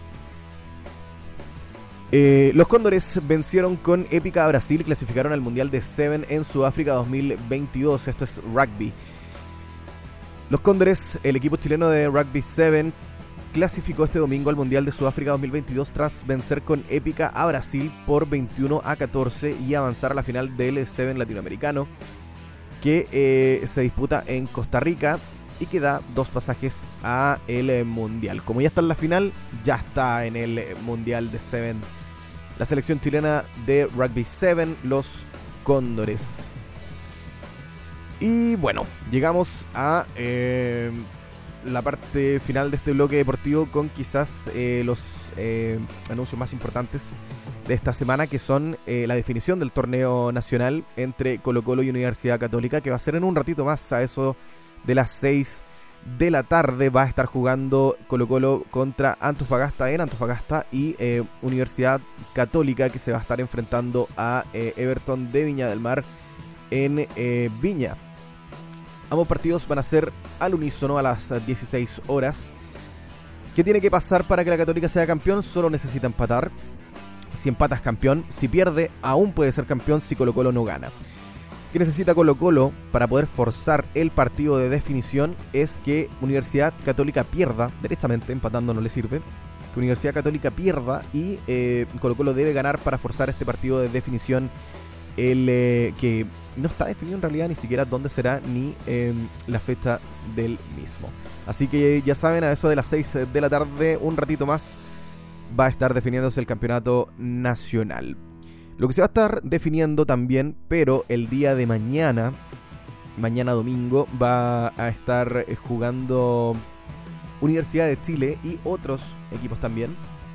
Los Cóndores vencieron con épica a Brasil, clasificaron al Mundial de Seven en Sudáfrica 2022, esto es rugby. Los Cóndores, el equipo chileno de Rugby 7, clasificó este domingo al Mundial de Sudáfrica 2022 tras vencer con épica a Brasil por 21-14 y avanzar a la final del Seven latinoamericano que se disputa en Costa Rica y que da 2 pasajes a el Mundial. Como ya está en la final, ya está en el Mundial de Seven la selección chilena de Rugby 7, los Cóndores. Y bueno, llegamos a la parte final de este bloque deportivo con quizás los anuncios más importantes de esta semana, que son la definición del torneo nacional entre Colo-Colo y Universidad Católica, que va a ser en un ratito más, a eso de las 6 de la tarde. Va a estar jugando Colo-Colo contra Antofagasta en Antofagasta y Universidad Católica, que se va a estar enfrentando a Everton de Viña del Mar en Viña. Ambos partidos van a ser al unísono a las 16 horas. ¿Qué tiene que pasar para que la Católica sea campeón? Solo necesita empatar. Si empatas, campeón. Si pierde, aún puede ser campeón si Colo-Colo no gana. ¿Qué necesita Colo-Colo para poder forzar el partido de definición? Es que Universidad Católica pierda. Derechamente, empatando no le sirve. Que Universidad Católica pierda y Colo-Colo debe ganar para forzar este partido de definición. Que no está definido en realidad ni siquiera dónde será ni la fecha del mismo. Así que ya saben, a eso de las 6 de la tarde, un ratito más, va a estar definiéndose el campeonato nacional. Lo que se va a estar definiendo también, pero el día de mañana domingo, va a estar jugando Universidad de Chile y otros equipos también.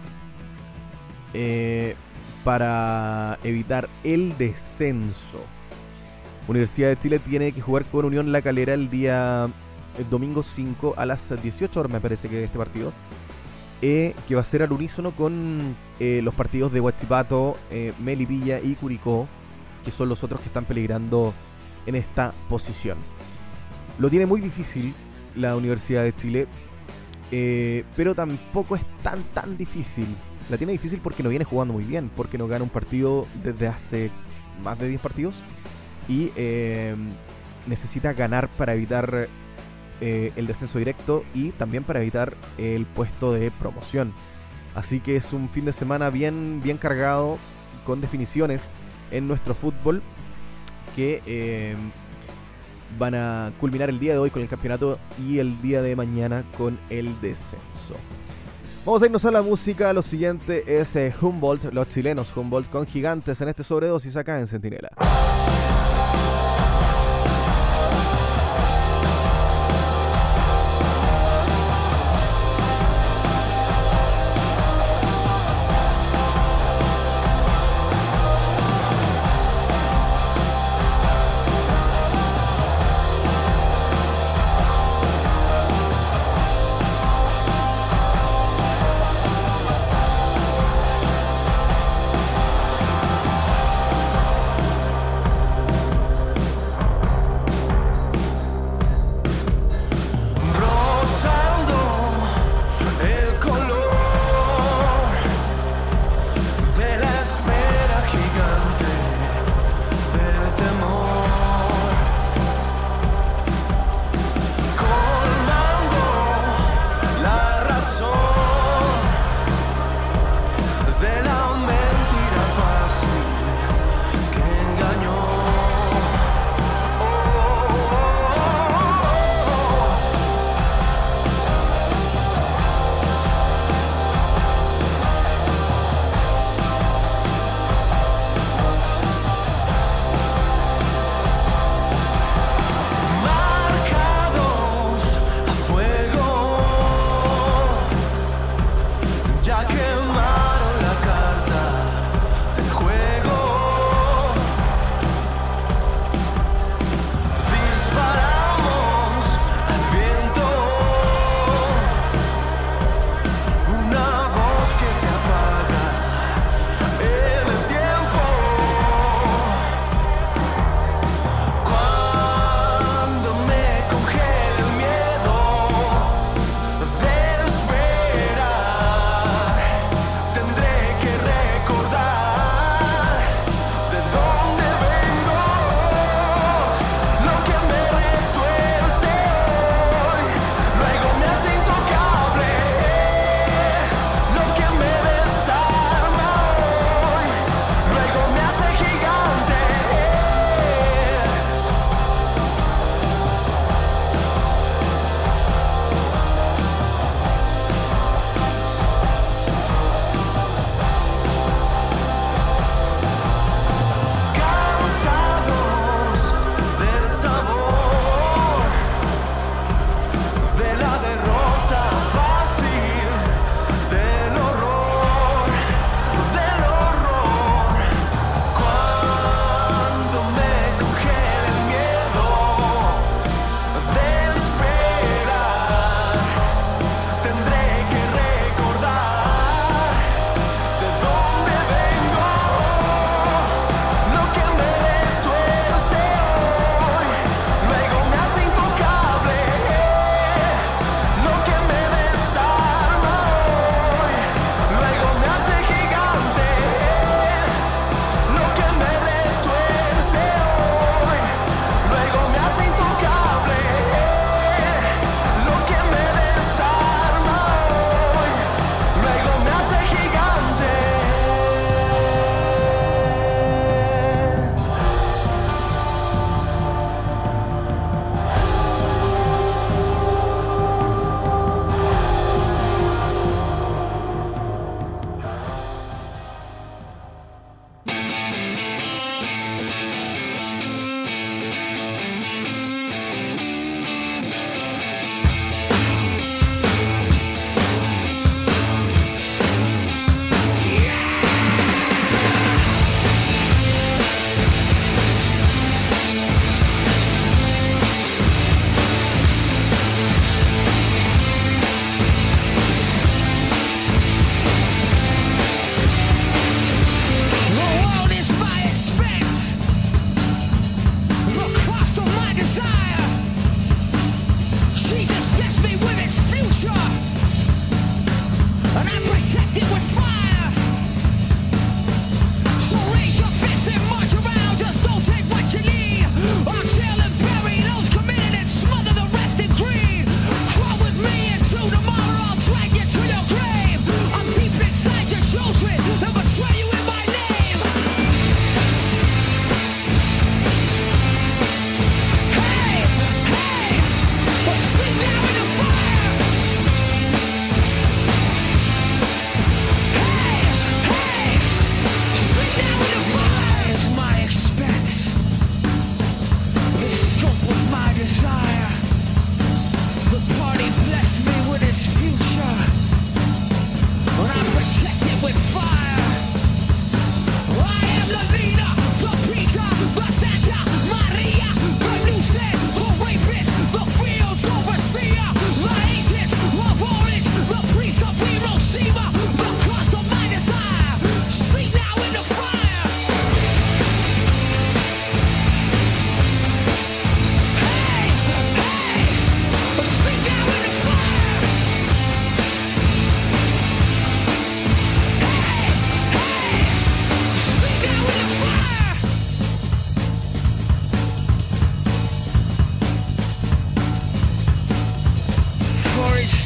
Para evitar el descenso. Universidad de Chile tiene que jugar con Unión La Calera el domingo 5 a las 18 horas, me parece que este partido, que va a ser al unísono con los partidos de Huachipato, Melipilla y Curicó, que son los otros que están peligrando en esta posición. Lo tiene muy difícil la Universidad de Chile, pero tampoco es tan difícil. La tiene difícil porque no viene jugando muy bien, porque no gana un partido desde hace más de 10 partidos y necesita ganar para evitar el descenso directo y también para evitar el puesto de promoción. Así que es un fin de semana bien cargado, con definiciones en nuestro fútbol que van a culminar el día de hoy con el campeonato y el día de mañana con el descenso. Vamos a irnos a la música. Lo siguiente es Humboldt, los chilenos Humboldt con Gigantes en este Sobredosis acá en Centinela.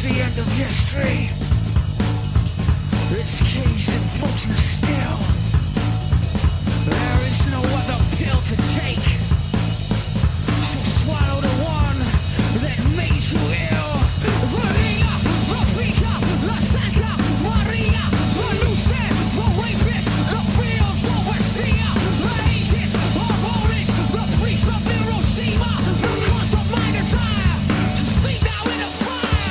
the end of history. It's caged and frozen still. There is no other pill to take. So swallow the one that made you ill. Maria, Rosita, La Santa Maria, the Lucid, the rapist, the fields overseer, the agents of orange, the priest of Hiroshima, the cause of my desire to sleep now in the fire.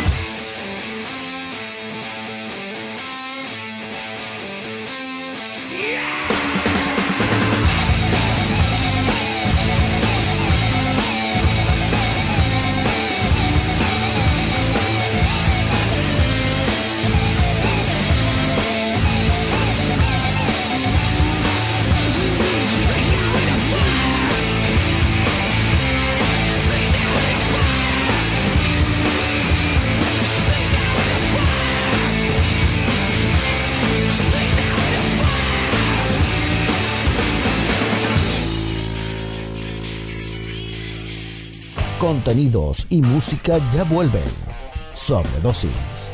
Contenidos y música ya vuelven. Sobredosis.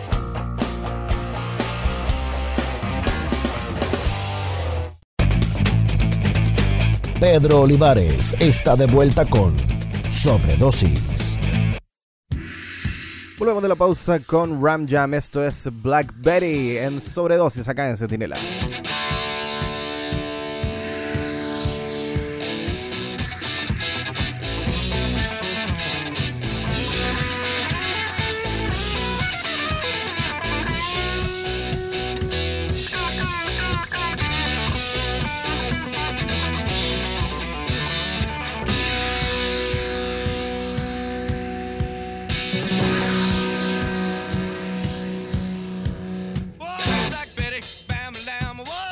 Pedro Olivares está de vuelta con Sobredosis. Volvemos de la pausa con Ram Jam. Esto es Black Betty en Sobredosis acá en Centinela. Black Betty, bam, lamb, what?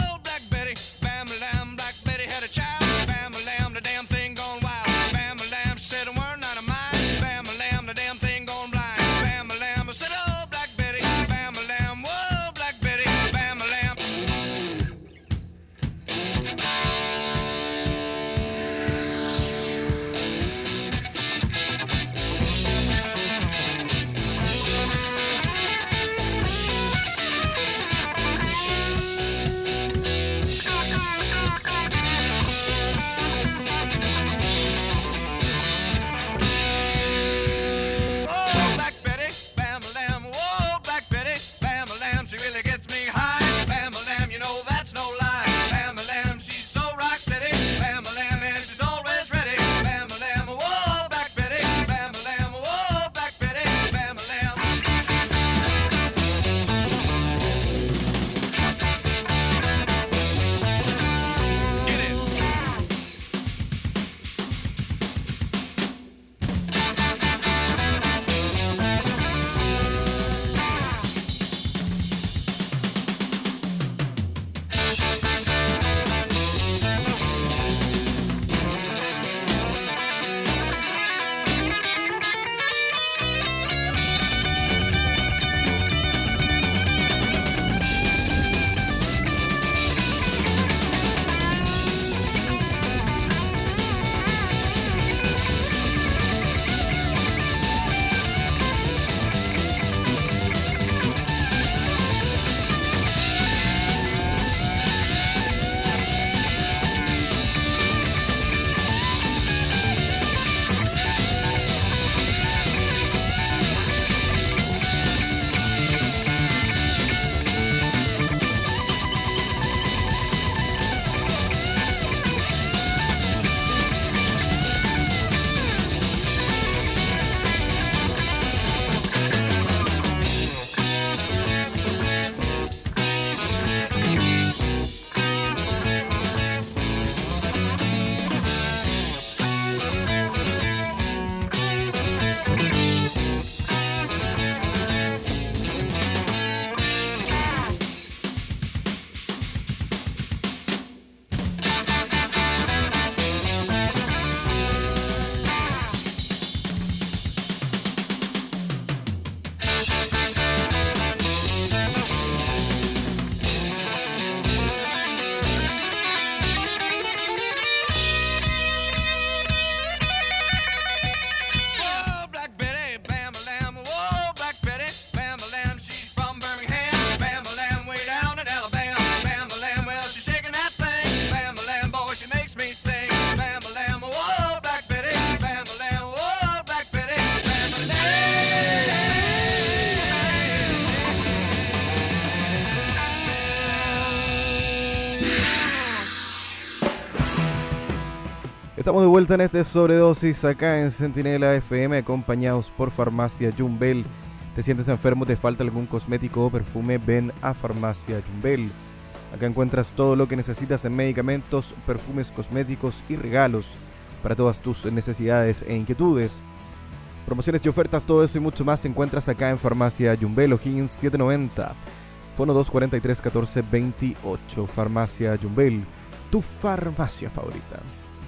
Estamos de vuelta en este Sobredosis acá en Centinela FM, acompañados por Farmacia Yumbel. ¿Te sientes enfermo? ¿Te falta algún cosmético o perfume? Ven a Farmacia Yumbel. Acá encuentras todo lo que necesitas en medicamentos, perfumes, cosméticos y regalos para todas tus necesidades e inquietudes. Promociones y ofertas, todo eso y mucho más encuentras acá en Farmacia Yumbel, O'Higgins 790. Fono 243 14 28. Farmacia Yumbel, tu farmacia favorita.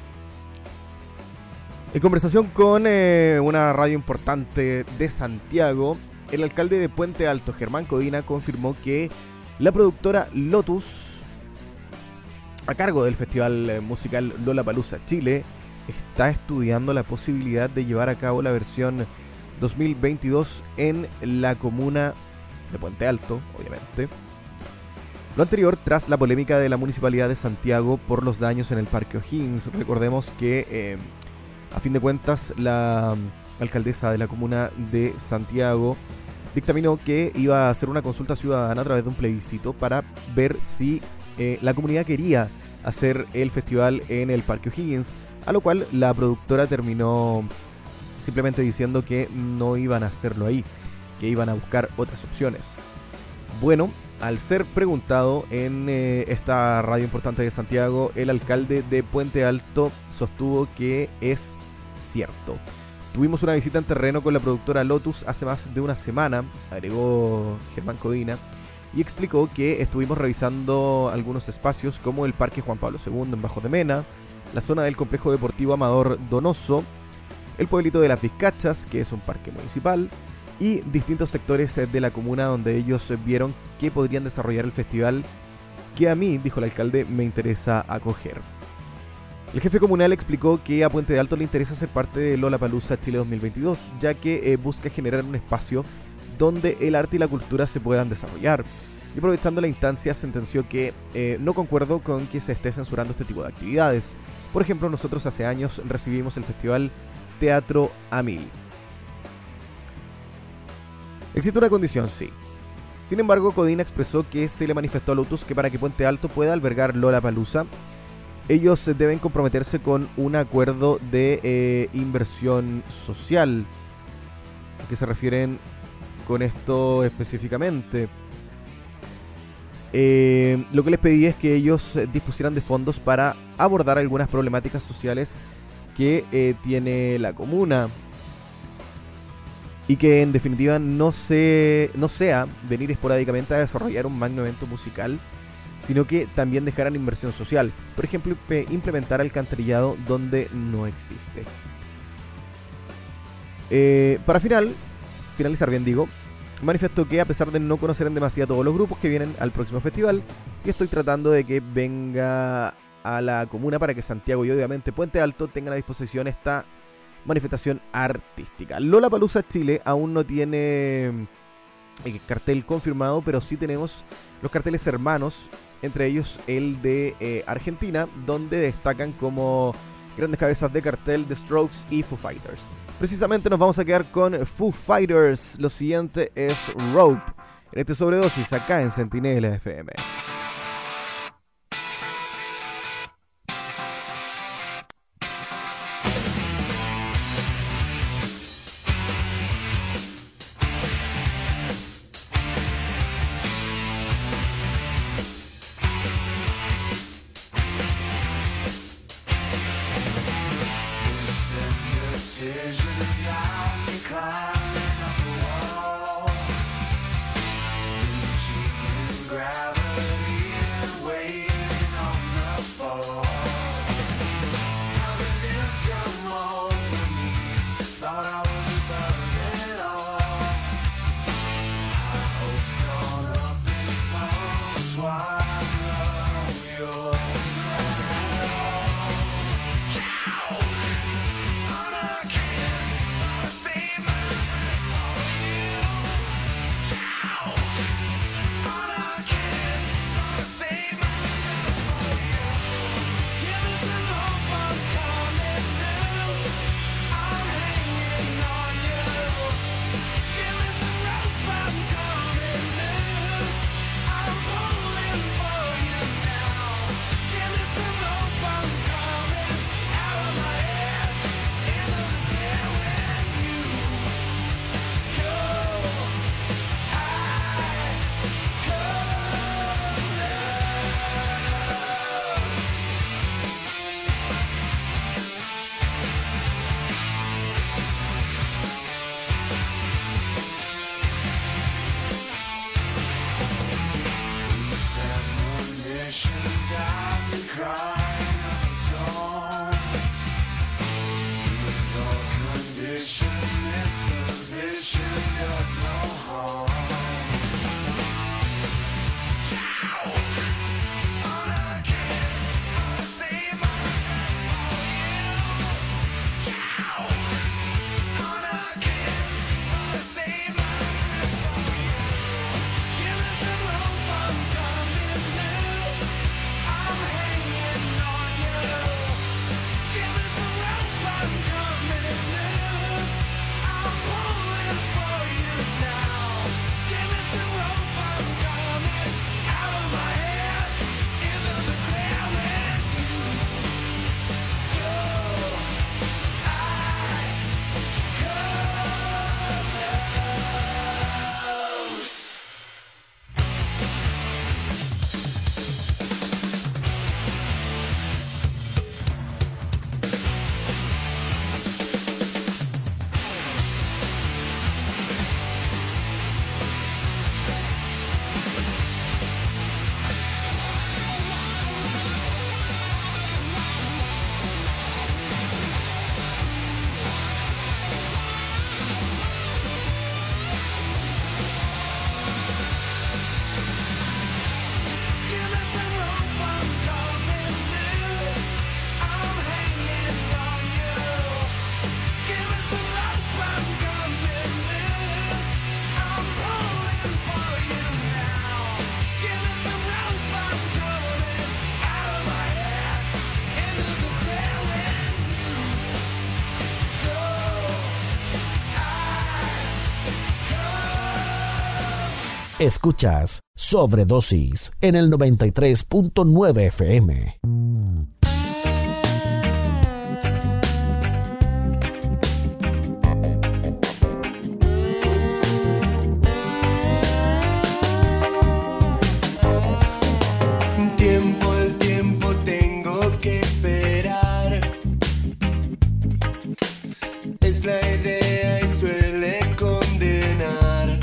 En conversación con una radio importante de Santiago, el alcalde de Puente Alto, Germán Codina, confirmó que la productora Lotus, a cargo del festival musical Lollapalooza Chile, está estudiando la posibilidad de llevar a cabo la versión 2022 en la comuna de Puente Alto, obviamente. Lo anterior tras la polémica de la Municipalidad de Santiago por los daños en el Parque O'Higgins. Recordemos que a fin de cuentas, la alcaldesa de la comuna de Santiago dictaminó que iba a hacer una consulta ciudadana a través de un plebiscito para ver si la comunidad quería hacer el festival en el Parque O'Higgins, a lo cual la productora terminó simplemente diciendo que no iban a hacerlo ahí, que iban a buscar otras opciones. Bueno, al ser preguntado en esta radio importante de Santiago, el alcalde de Puente Alto sostuvo que es cierto. Tuvimos una visita en terreno con la productora Lotus hace más de una semana, agregó Germán Codina, y explicó que estuvimos revisando algunos espacios como el Parque Juan Pablo II en Bajo de Mena, la zona del Complejo Deportivo Amador Donoso, el pueblito de Las Vizcachas, que es un parque municipal, y distintos sectores de la comuna donde ellos vieron que podrían desarrollar el festival que a mí, dijo el alcalde, me interesa acoger. El jefe comunal explicó que a Puente Alto le interesa ser parte de Lollapalooza Chile 2022, ya que busca generar un espacio donde el arte y la cultura se puedan desarrollar. Y aprovechando la instancia, sentenció que no concuerdo con que se esté censurando este tipo de actividades. Por ejemplo, nosotros hace años recibimos el festival Teatro a 1000. Existe una condición, sí. Sin embargo, Codina expresó que se le manifestó a Lotus que para que Puente Alto pueda albergar Lollapalooza, ellos deben comprometerse con un acuerdo de inversión social. ¿A qué se refieren con esto específicamente? Lo que les pedí es que ellos dispusieran de fondos para abordar algunas problemáticas sociales que tiene la comuna. Y que en definitiva no sea venir esporádicamente a desarrollar un magno evento musical, sino que también dejaran inversión social. Por ejemplo, implementar alcantarillado donde no existe. Para finalizar bien digo, manifestó que a pesar de no conocer en demasía todos los grupos que vienen al próximo festival, sí estoy tratando de que venga a la comuna para que Santiago y obviamente Puente Alto tengan a disposición esta manifestación artística. Lollapalooza Chile aún no tiene cartel confirmado, pero sí tenemos los carteles hermanos, entre ellos el de Argentina, donde destacan como grandes cabezas de cartel The Strokes y Foo Fighters. Precisamente nos vamos a quedar con Foo Fighters. Lo siguiente es Rope, en este Sobredosis acá en Centinela FM. Out of my Escuchas Sobredosis en el 93.9 FM. El tiempo tengo que esperar. Es la idea y suele condenar.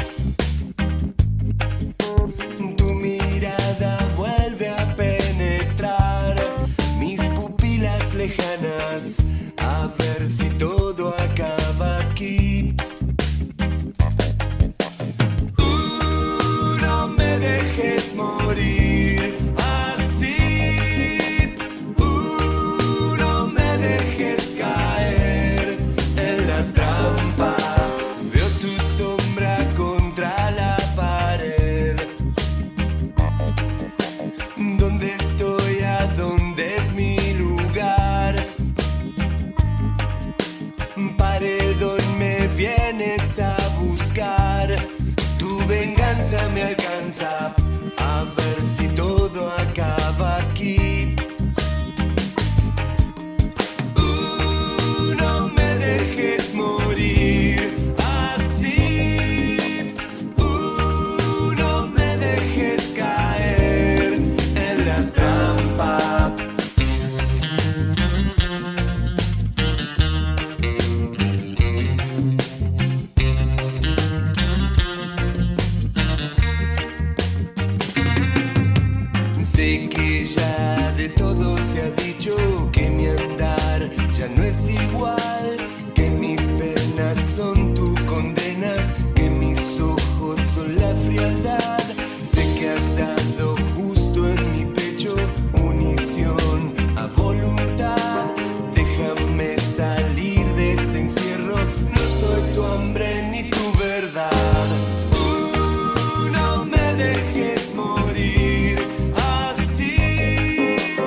Tu mirada vuelve a penetrar mis pupilas lejanas, a ver si todo acaba aquí. No me dejes morir así. No me dejes caer en la trampa. Veo tu sombra contra la pared. ¿Dónde estoy? ¿A dónde es mi lugar? Paredón, me vienes a buscar. Tu venganza me alcanza, a ver si todo acaba aquí. No me dejes morir así. No me dejes caer en la trampa. Sé que ya de todo se ha dicho, que mi andar ya no es igual, que mis penas son tu condena, que mis ojos son la frialdad. Sé que has dado justo en mi pecho munición a voluntad. Déjame salir de este encierro, no soy tu hambre ni tu verdad. No me dejes morir así.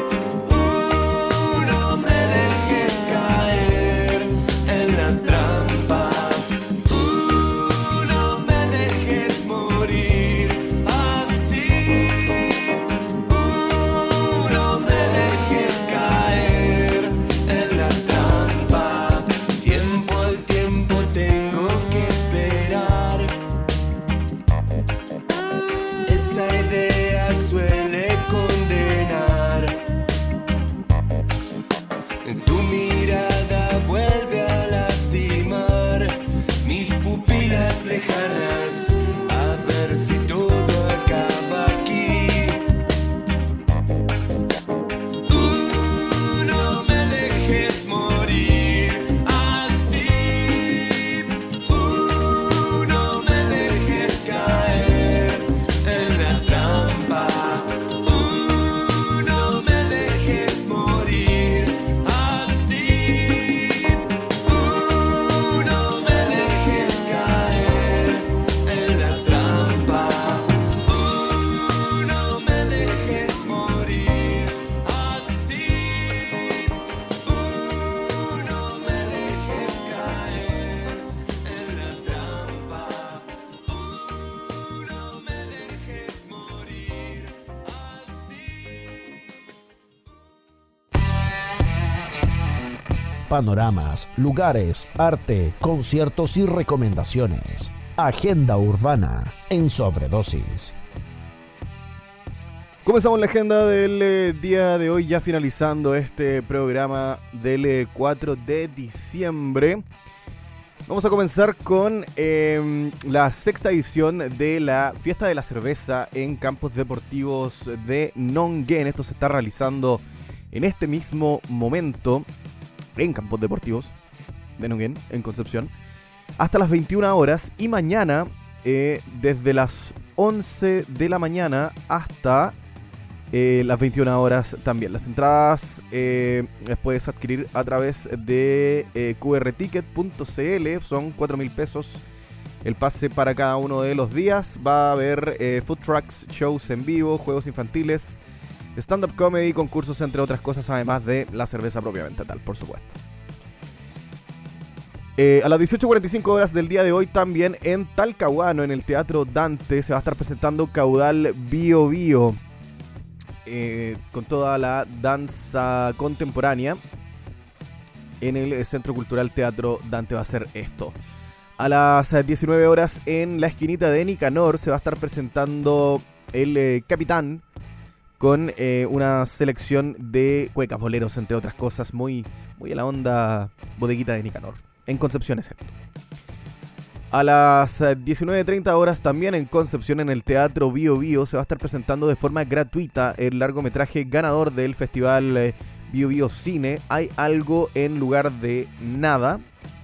No me dejes caer en la trampa. No me dejes morir así. No me dejes caer en la trampa. Tiempo al tiempo tengo que esperar. Esa idea suele condenar. Tu mirada vuelve a lastimar mis pupilas lejanas, a ver si todo acaba aquí. No me dejes morir así. No me dejes caer en la trampa. No me dejes morir así. No me dejes caer en la trampa. No me dejes morir así. No me dejes caer en la trampa. No me dejes morir así. Panoramas, lugares, arte, conciertos y recomendaciones. Agenda urbana en Sobredosis. Comenzamos la agenda del día de hoy, ya finalizando este programa del 4 de diciembre. Vamos a comenzar con la sexta edición de la Fiesta de la Cerveza en Campos Deportivos de Nonguén. Esto se está realizando en este mismo momento en Campos Deportivos de Nonguén, en Concepción, hasta las 21 horas. Y mañana, desde las 11 de la mañana hasta las 21 horas también. Las entradas las puedes adquirir a través de qrticket.cl. Son 4.000 pesos el pase para cada uno de los días. Va a haber food trucks, shows en vivo, juegos infantiles, stand-up comedy, concursos, entre otras cosas, además de la cerveza propiamente tal, por supuesto. A las 18:45 horas del día de hoy también en Talcahuano, en el Teatro Dante, se va a estar presentando Caudal Bio Bio, con toda la danza contemporánea. En el Centro Cultural Teatro Dante va a ser esto. A las 19 horas en la esquinita de Nicanor se va a estar presentando el Capitán, con una selección de cuecas, boleros, entre otras cosas, muy a la onda bodeguita de Nicanor. En Concepción es esto. A las 19:30 horas también en Concepción, en el Teatro Bio Bio, se va a estar presentando de forma gratuita el largometraje ganador del Festival Bio Bio Cine, Hay algo en lugar de nada.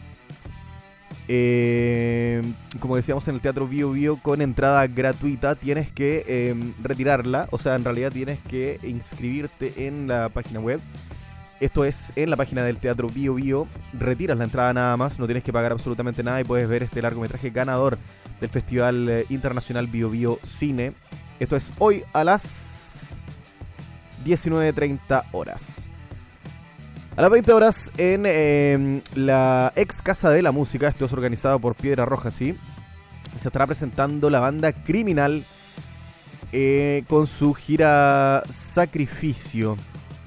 Como decíamos, en el Teatro Bio Bio, con entrada gratuita. Tienes que retirarla, o sea, en realidad tienes que inscribirte en la página web. Esto es en la página del Teatro Bio Bio. Retiras la entrada nada más, no tienes que pagar absolutamente nada y puedes ver este largometraje ganador del Festival Internacional Bio Bio Cine. Esto es hoy a las 19:30 horas. A las 20 horas en la ex Casa de la Música, esto es organizado por Piedra Roja, sí, se estará presentando la banda Criminal con su gira Sacrificio.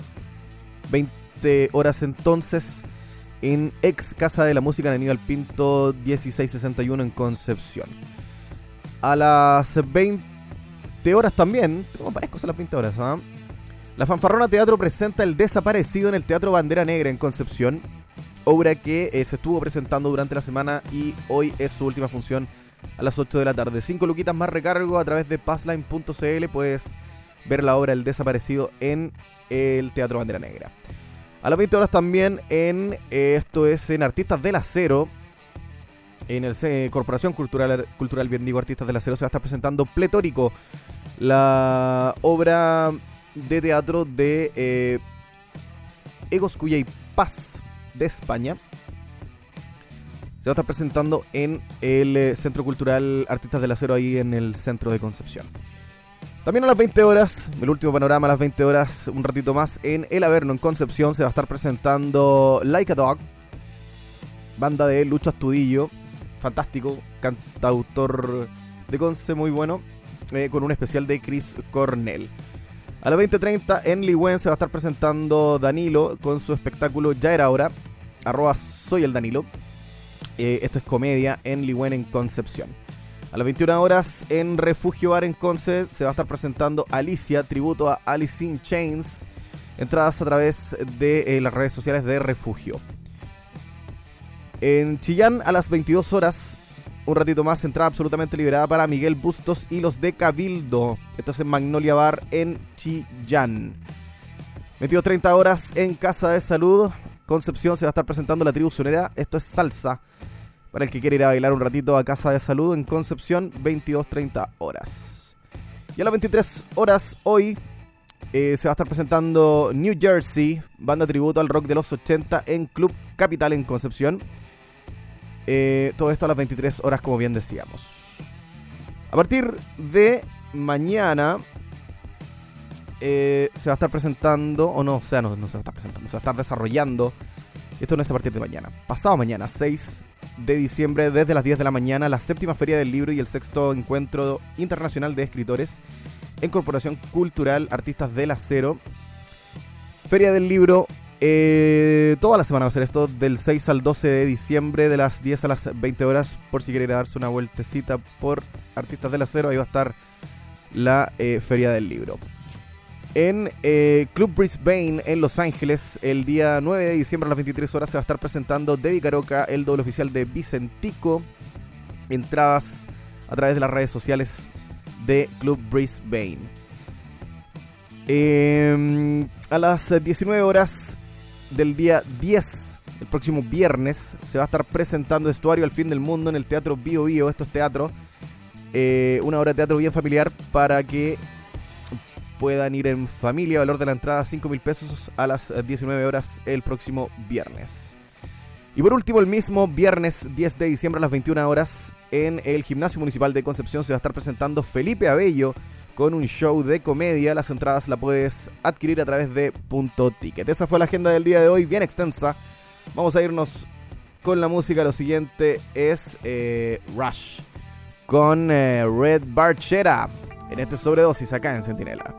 20 horas entonces en ex Casa de la Música en Aníbal Pinto 1661 en Concepción. A las 20 horas también, tengo varias cosas a las 20 horas, ¿eh? La Fanfarrona Teatro presenta El Desaparecido en el Teatro Bandera Negra en Concepción, obra que se estuvo presentando durante la semana y hoy es su última función a las 8 de la tarde. 5 luquitas más recargo a través de passline.cl. Puedes ver la obra El Desaparecido en el Teatro Bandera Negra. A las 20 horas también en esto es en Artistas del Acero, en el Corporación Cultural Bien Digo Artistas del Acero, se va a estar presentando Pletórico, la obra de teatro de Egoscuya y Paz de España. Se va a estar presentando en el Centro Cultural Artistas del Acero, ahí en el centro de Concepción. También a las 20 horas, el último panorama a las 20 horas, un ratito más, en El Averno, en Concepción, se va a estar presentando Like a Dog, banda de Lucho Astudillo, fantástico, cantautor de Conce, muy bueno, con un especial de Chris Cornell. A las 20:30 en Ligüen se va a estar presentando Danilo con su espectáculo Ya Era Hora, @soy el Danilo. Esto es comedia en Ligüen, en Concepción. A las 21 horas en Refugio Bar en Conce se va a estar presentando Alicia, tributo a Alice in Chains. Entradas a través de las redes sociales de Refugio. En Chillán a las 22 horas, un ratito más, entrada absolutamente liberada para Miguel Bustos y los de Cabildo. Esto es en Magnolia Bar en Chillán. 22:30 horas en Casa de Salud Concepción se va a estar presentando La Tribu Sonera. Esto es salsa, para el que quiere ir a bailar un ratito a Casa de Salud en Concepción. 22:30 horas. Y a las 23 horas hoy se va a estar presentando New Jersey, banda tributo al rock de los 80 en Club Capital en Concepción. Todo esto a las 23 horas, como bien decíamos. A partir de mañana se va a estar presentando, o no, o sea, no se va a estar presentando, se va a estar desarrollando. Esto no es a partir de mañana, pasado mañana, 6 de diciembre, desde las 10 de la mañana, la 7ª Feria del Libro y el 6º Encuentro Internacional de Escritores en Corporación Cultural Artistas del Acero. Feria del Libro, toda la semana va a ser esto, del 6 al 12 de diciembre, de las 10 a las 20 horas, por si quiere ir a darse una vueltecita por Artistas del Acero, ahí va a estar la Feria del Libro. En Club Brisbane en Los Ángeles, el día 9 de diciembre a las 23 horas se va a estar presentando Debbie Caroca, el doble oficial de Vicentico. Entradas a través de las redes sociales de Club Brisbane. A las 19 horas del día 10, el próximo viernes, se va a estar presentando Estuario al Fin del Mundo en el Teatro Bio Bio. Esto es teatro, una obra de teatro bien familiar para que puedan ir en familia. Valor de la entrada 5.000 pesos a las 19 horas el próximo viernes. Y por último, el mismo viernes 10 de diciembre a las 21 horas en el Gimnasio Municipal de Concepción se va a estar presentando Felipe Abello con un show de comedia. Las entradas la puedes adquirir a través de Punto Ticket. Esa fue la agenda del día de hoy, bien extensa. Vamos a irnos con la música. Lo siguiente es Rush con Red Barchera en este sobredosis acá en Centinela.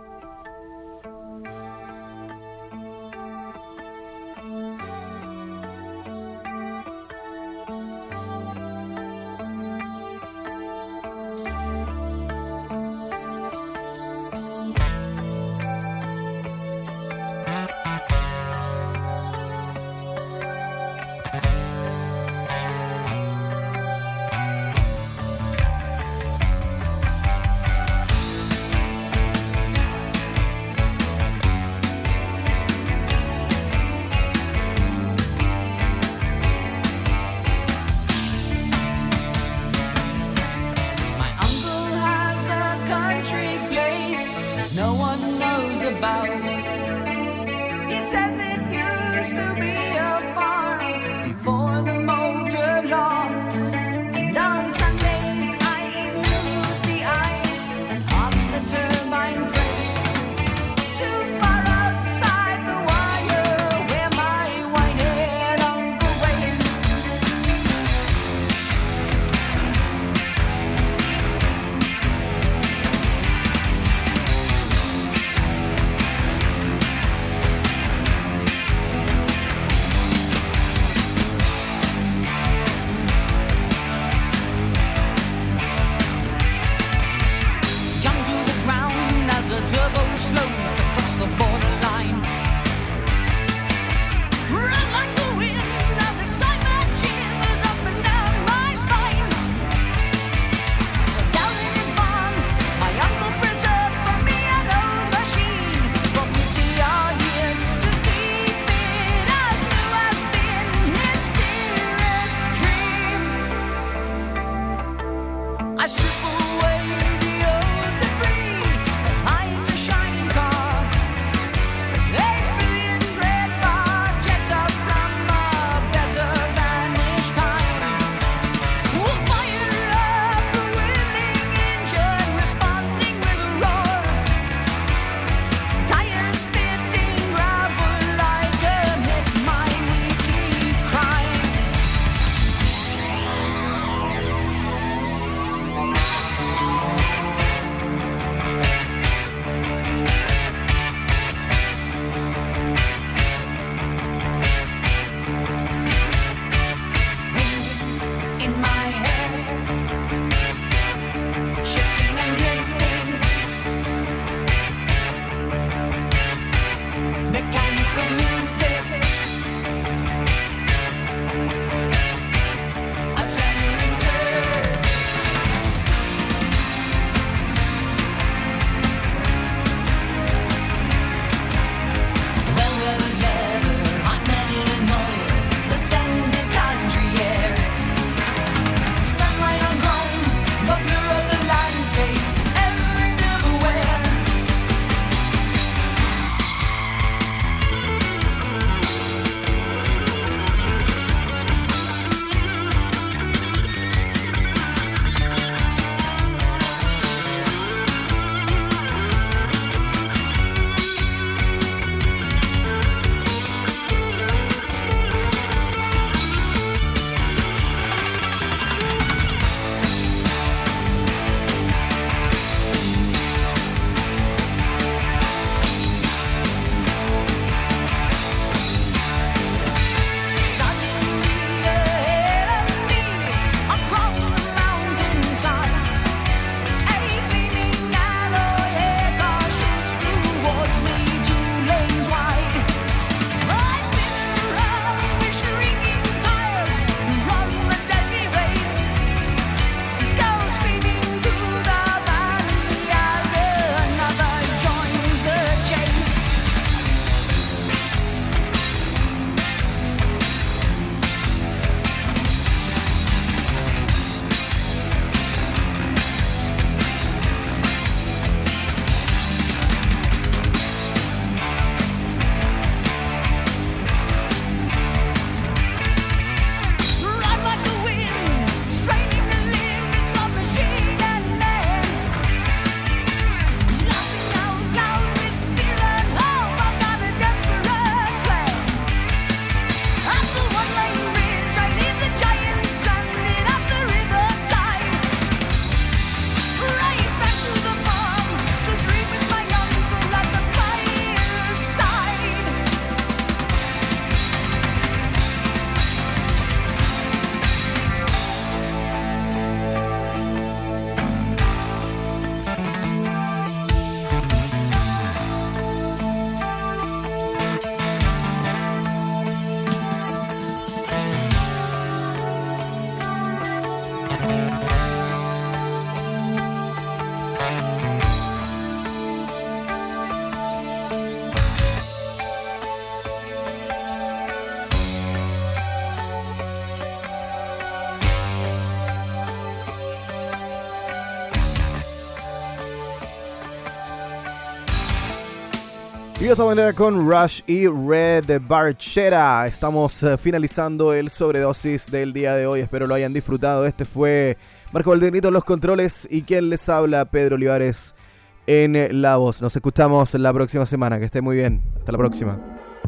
Y de esta manera con Rush y Red Barchera estamos finalizando el sobredosis del día de hoy. Espero lo hayan disfrutado. Este fue Marco Valdenito en los controles y quien les habla, Pedro Olivares en la voz. Nos escuchamos la próxima semana. Que esté muy bien. Hasta la próxima.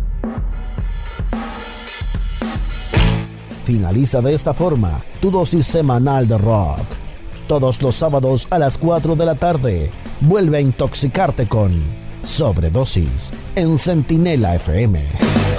Finaliza de esta forma tu dosis semanal de rock. Todos los sábados a las 4 de la tarde, vuelve a intoxicarte con Sobredosis en Centinela FM.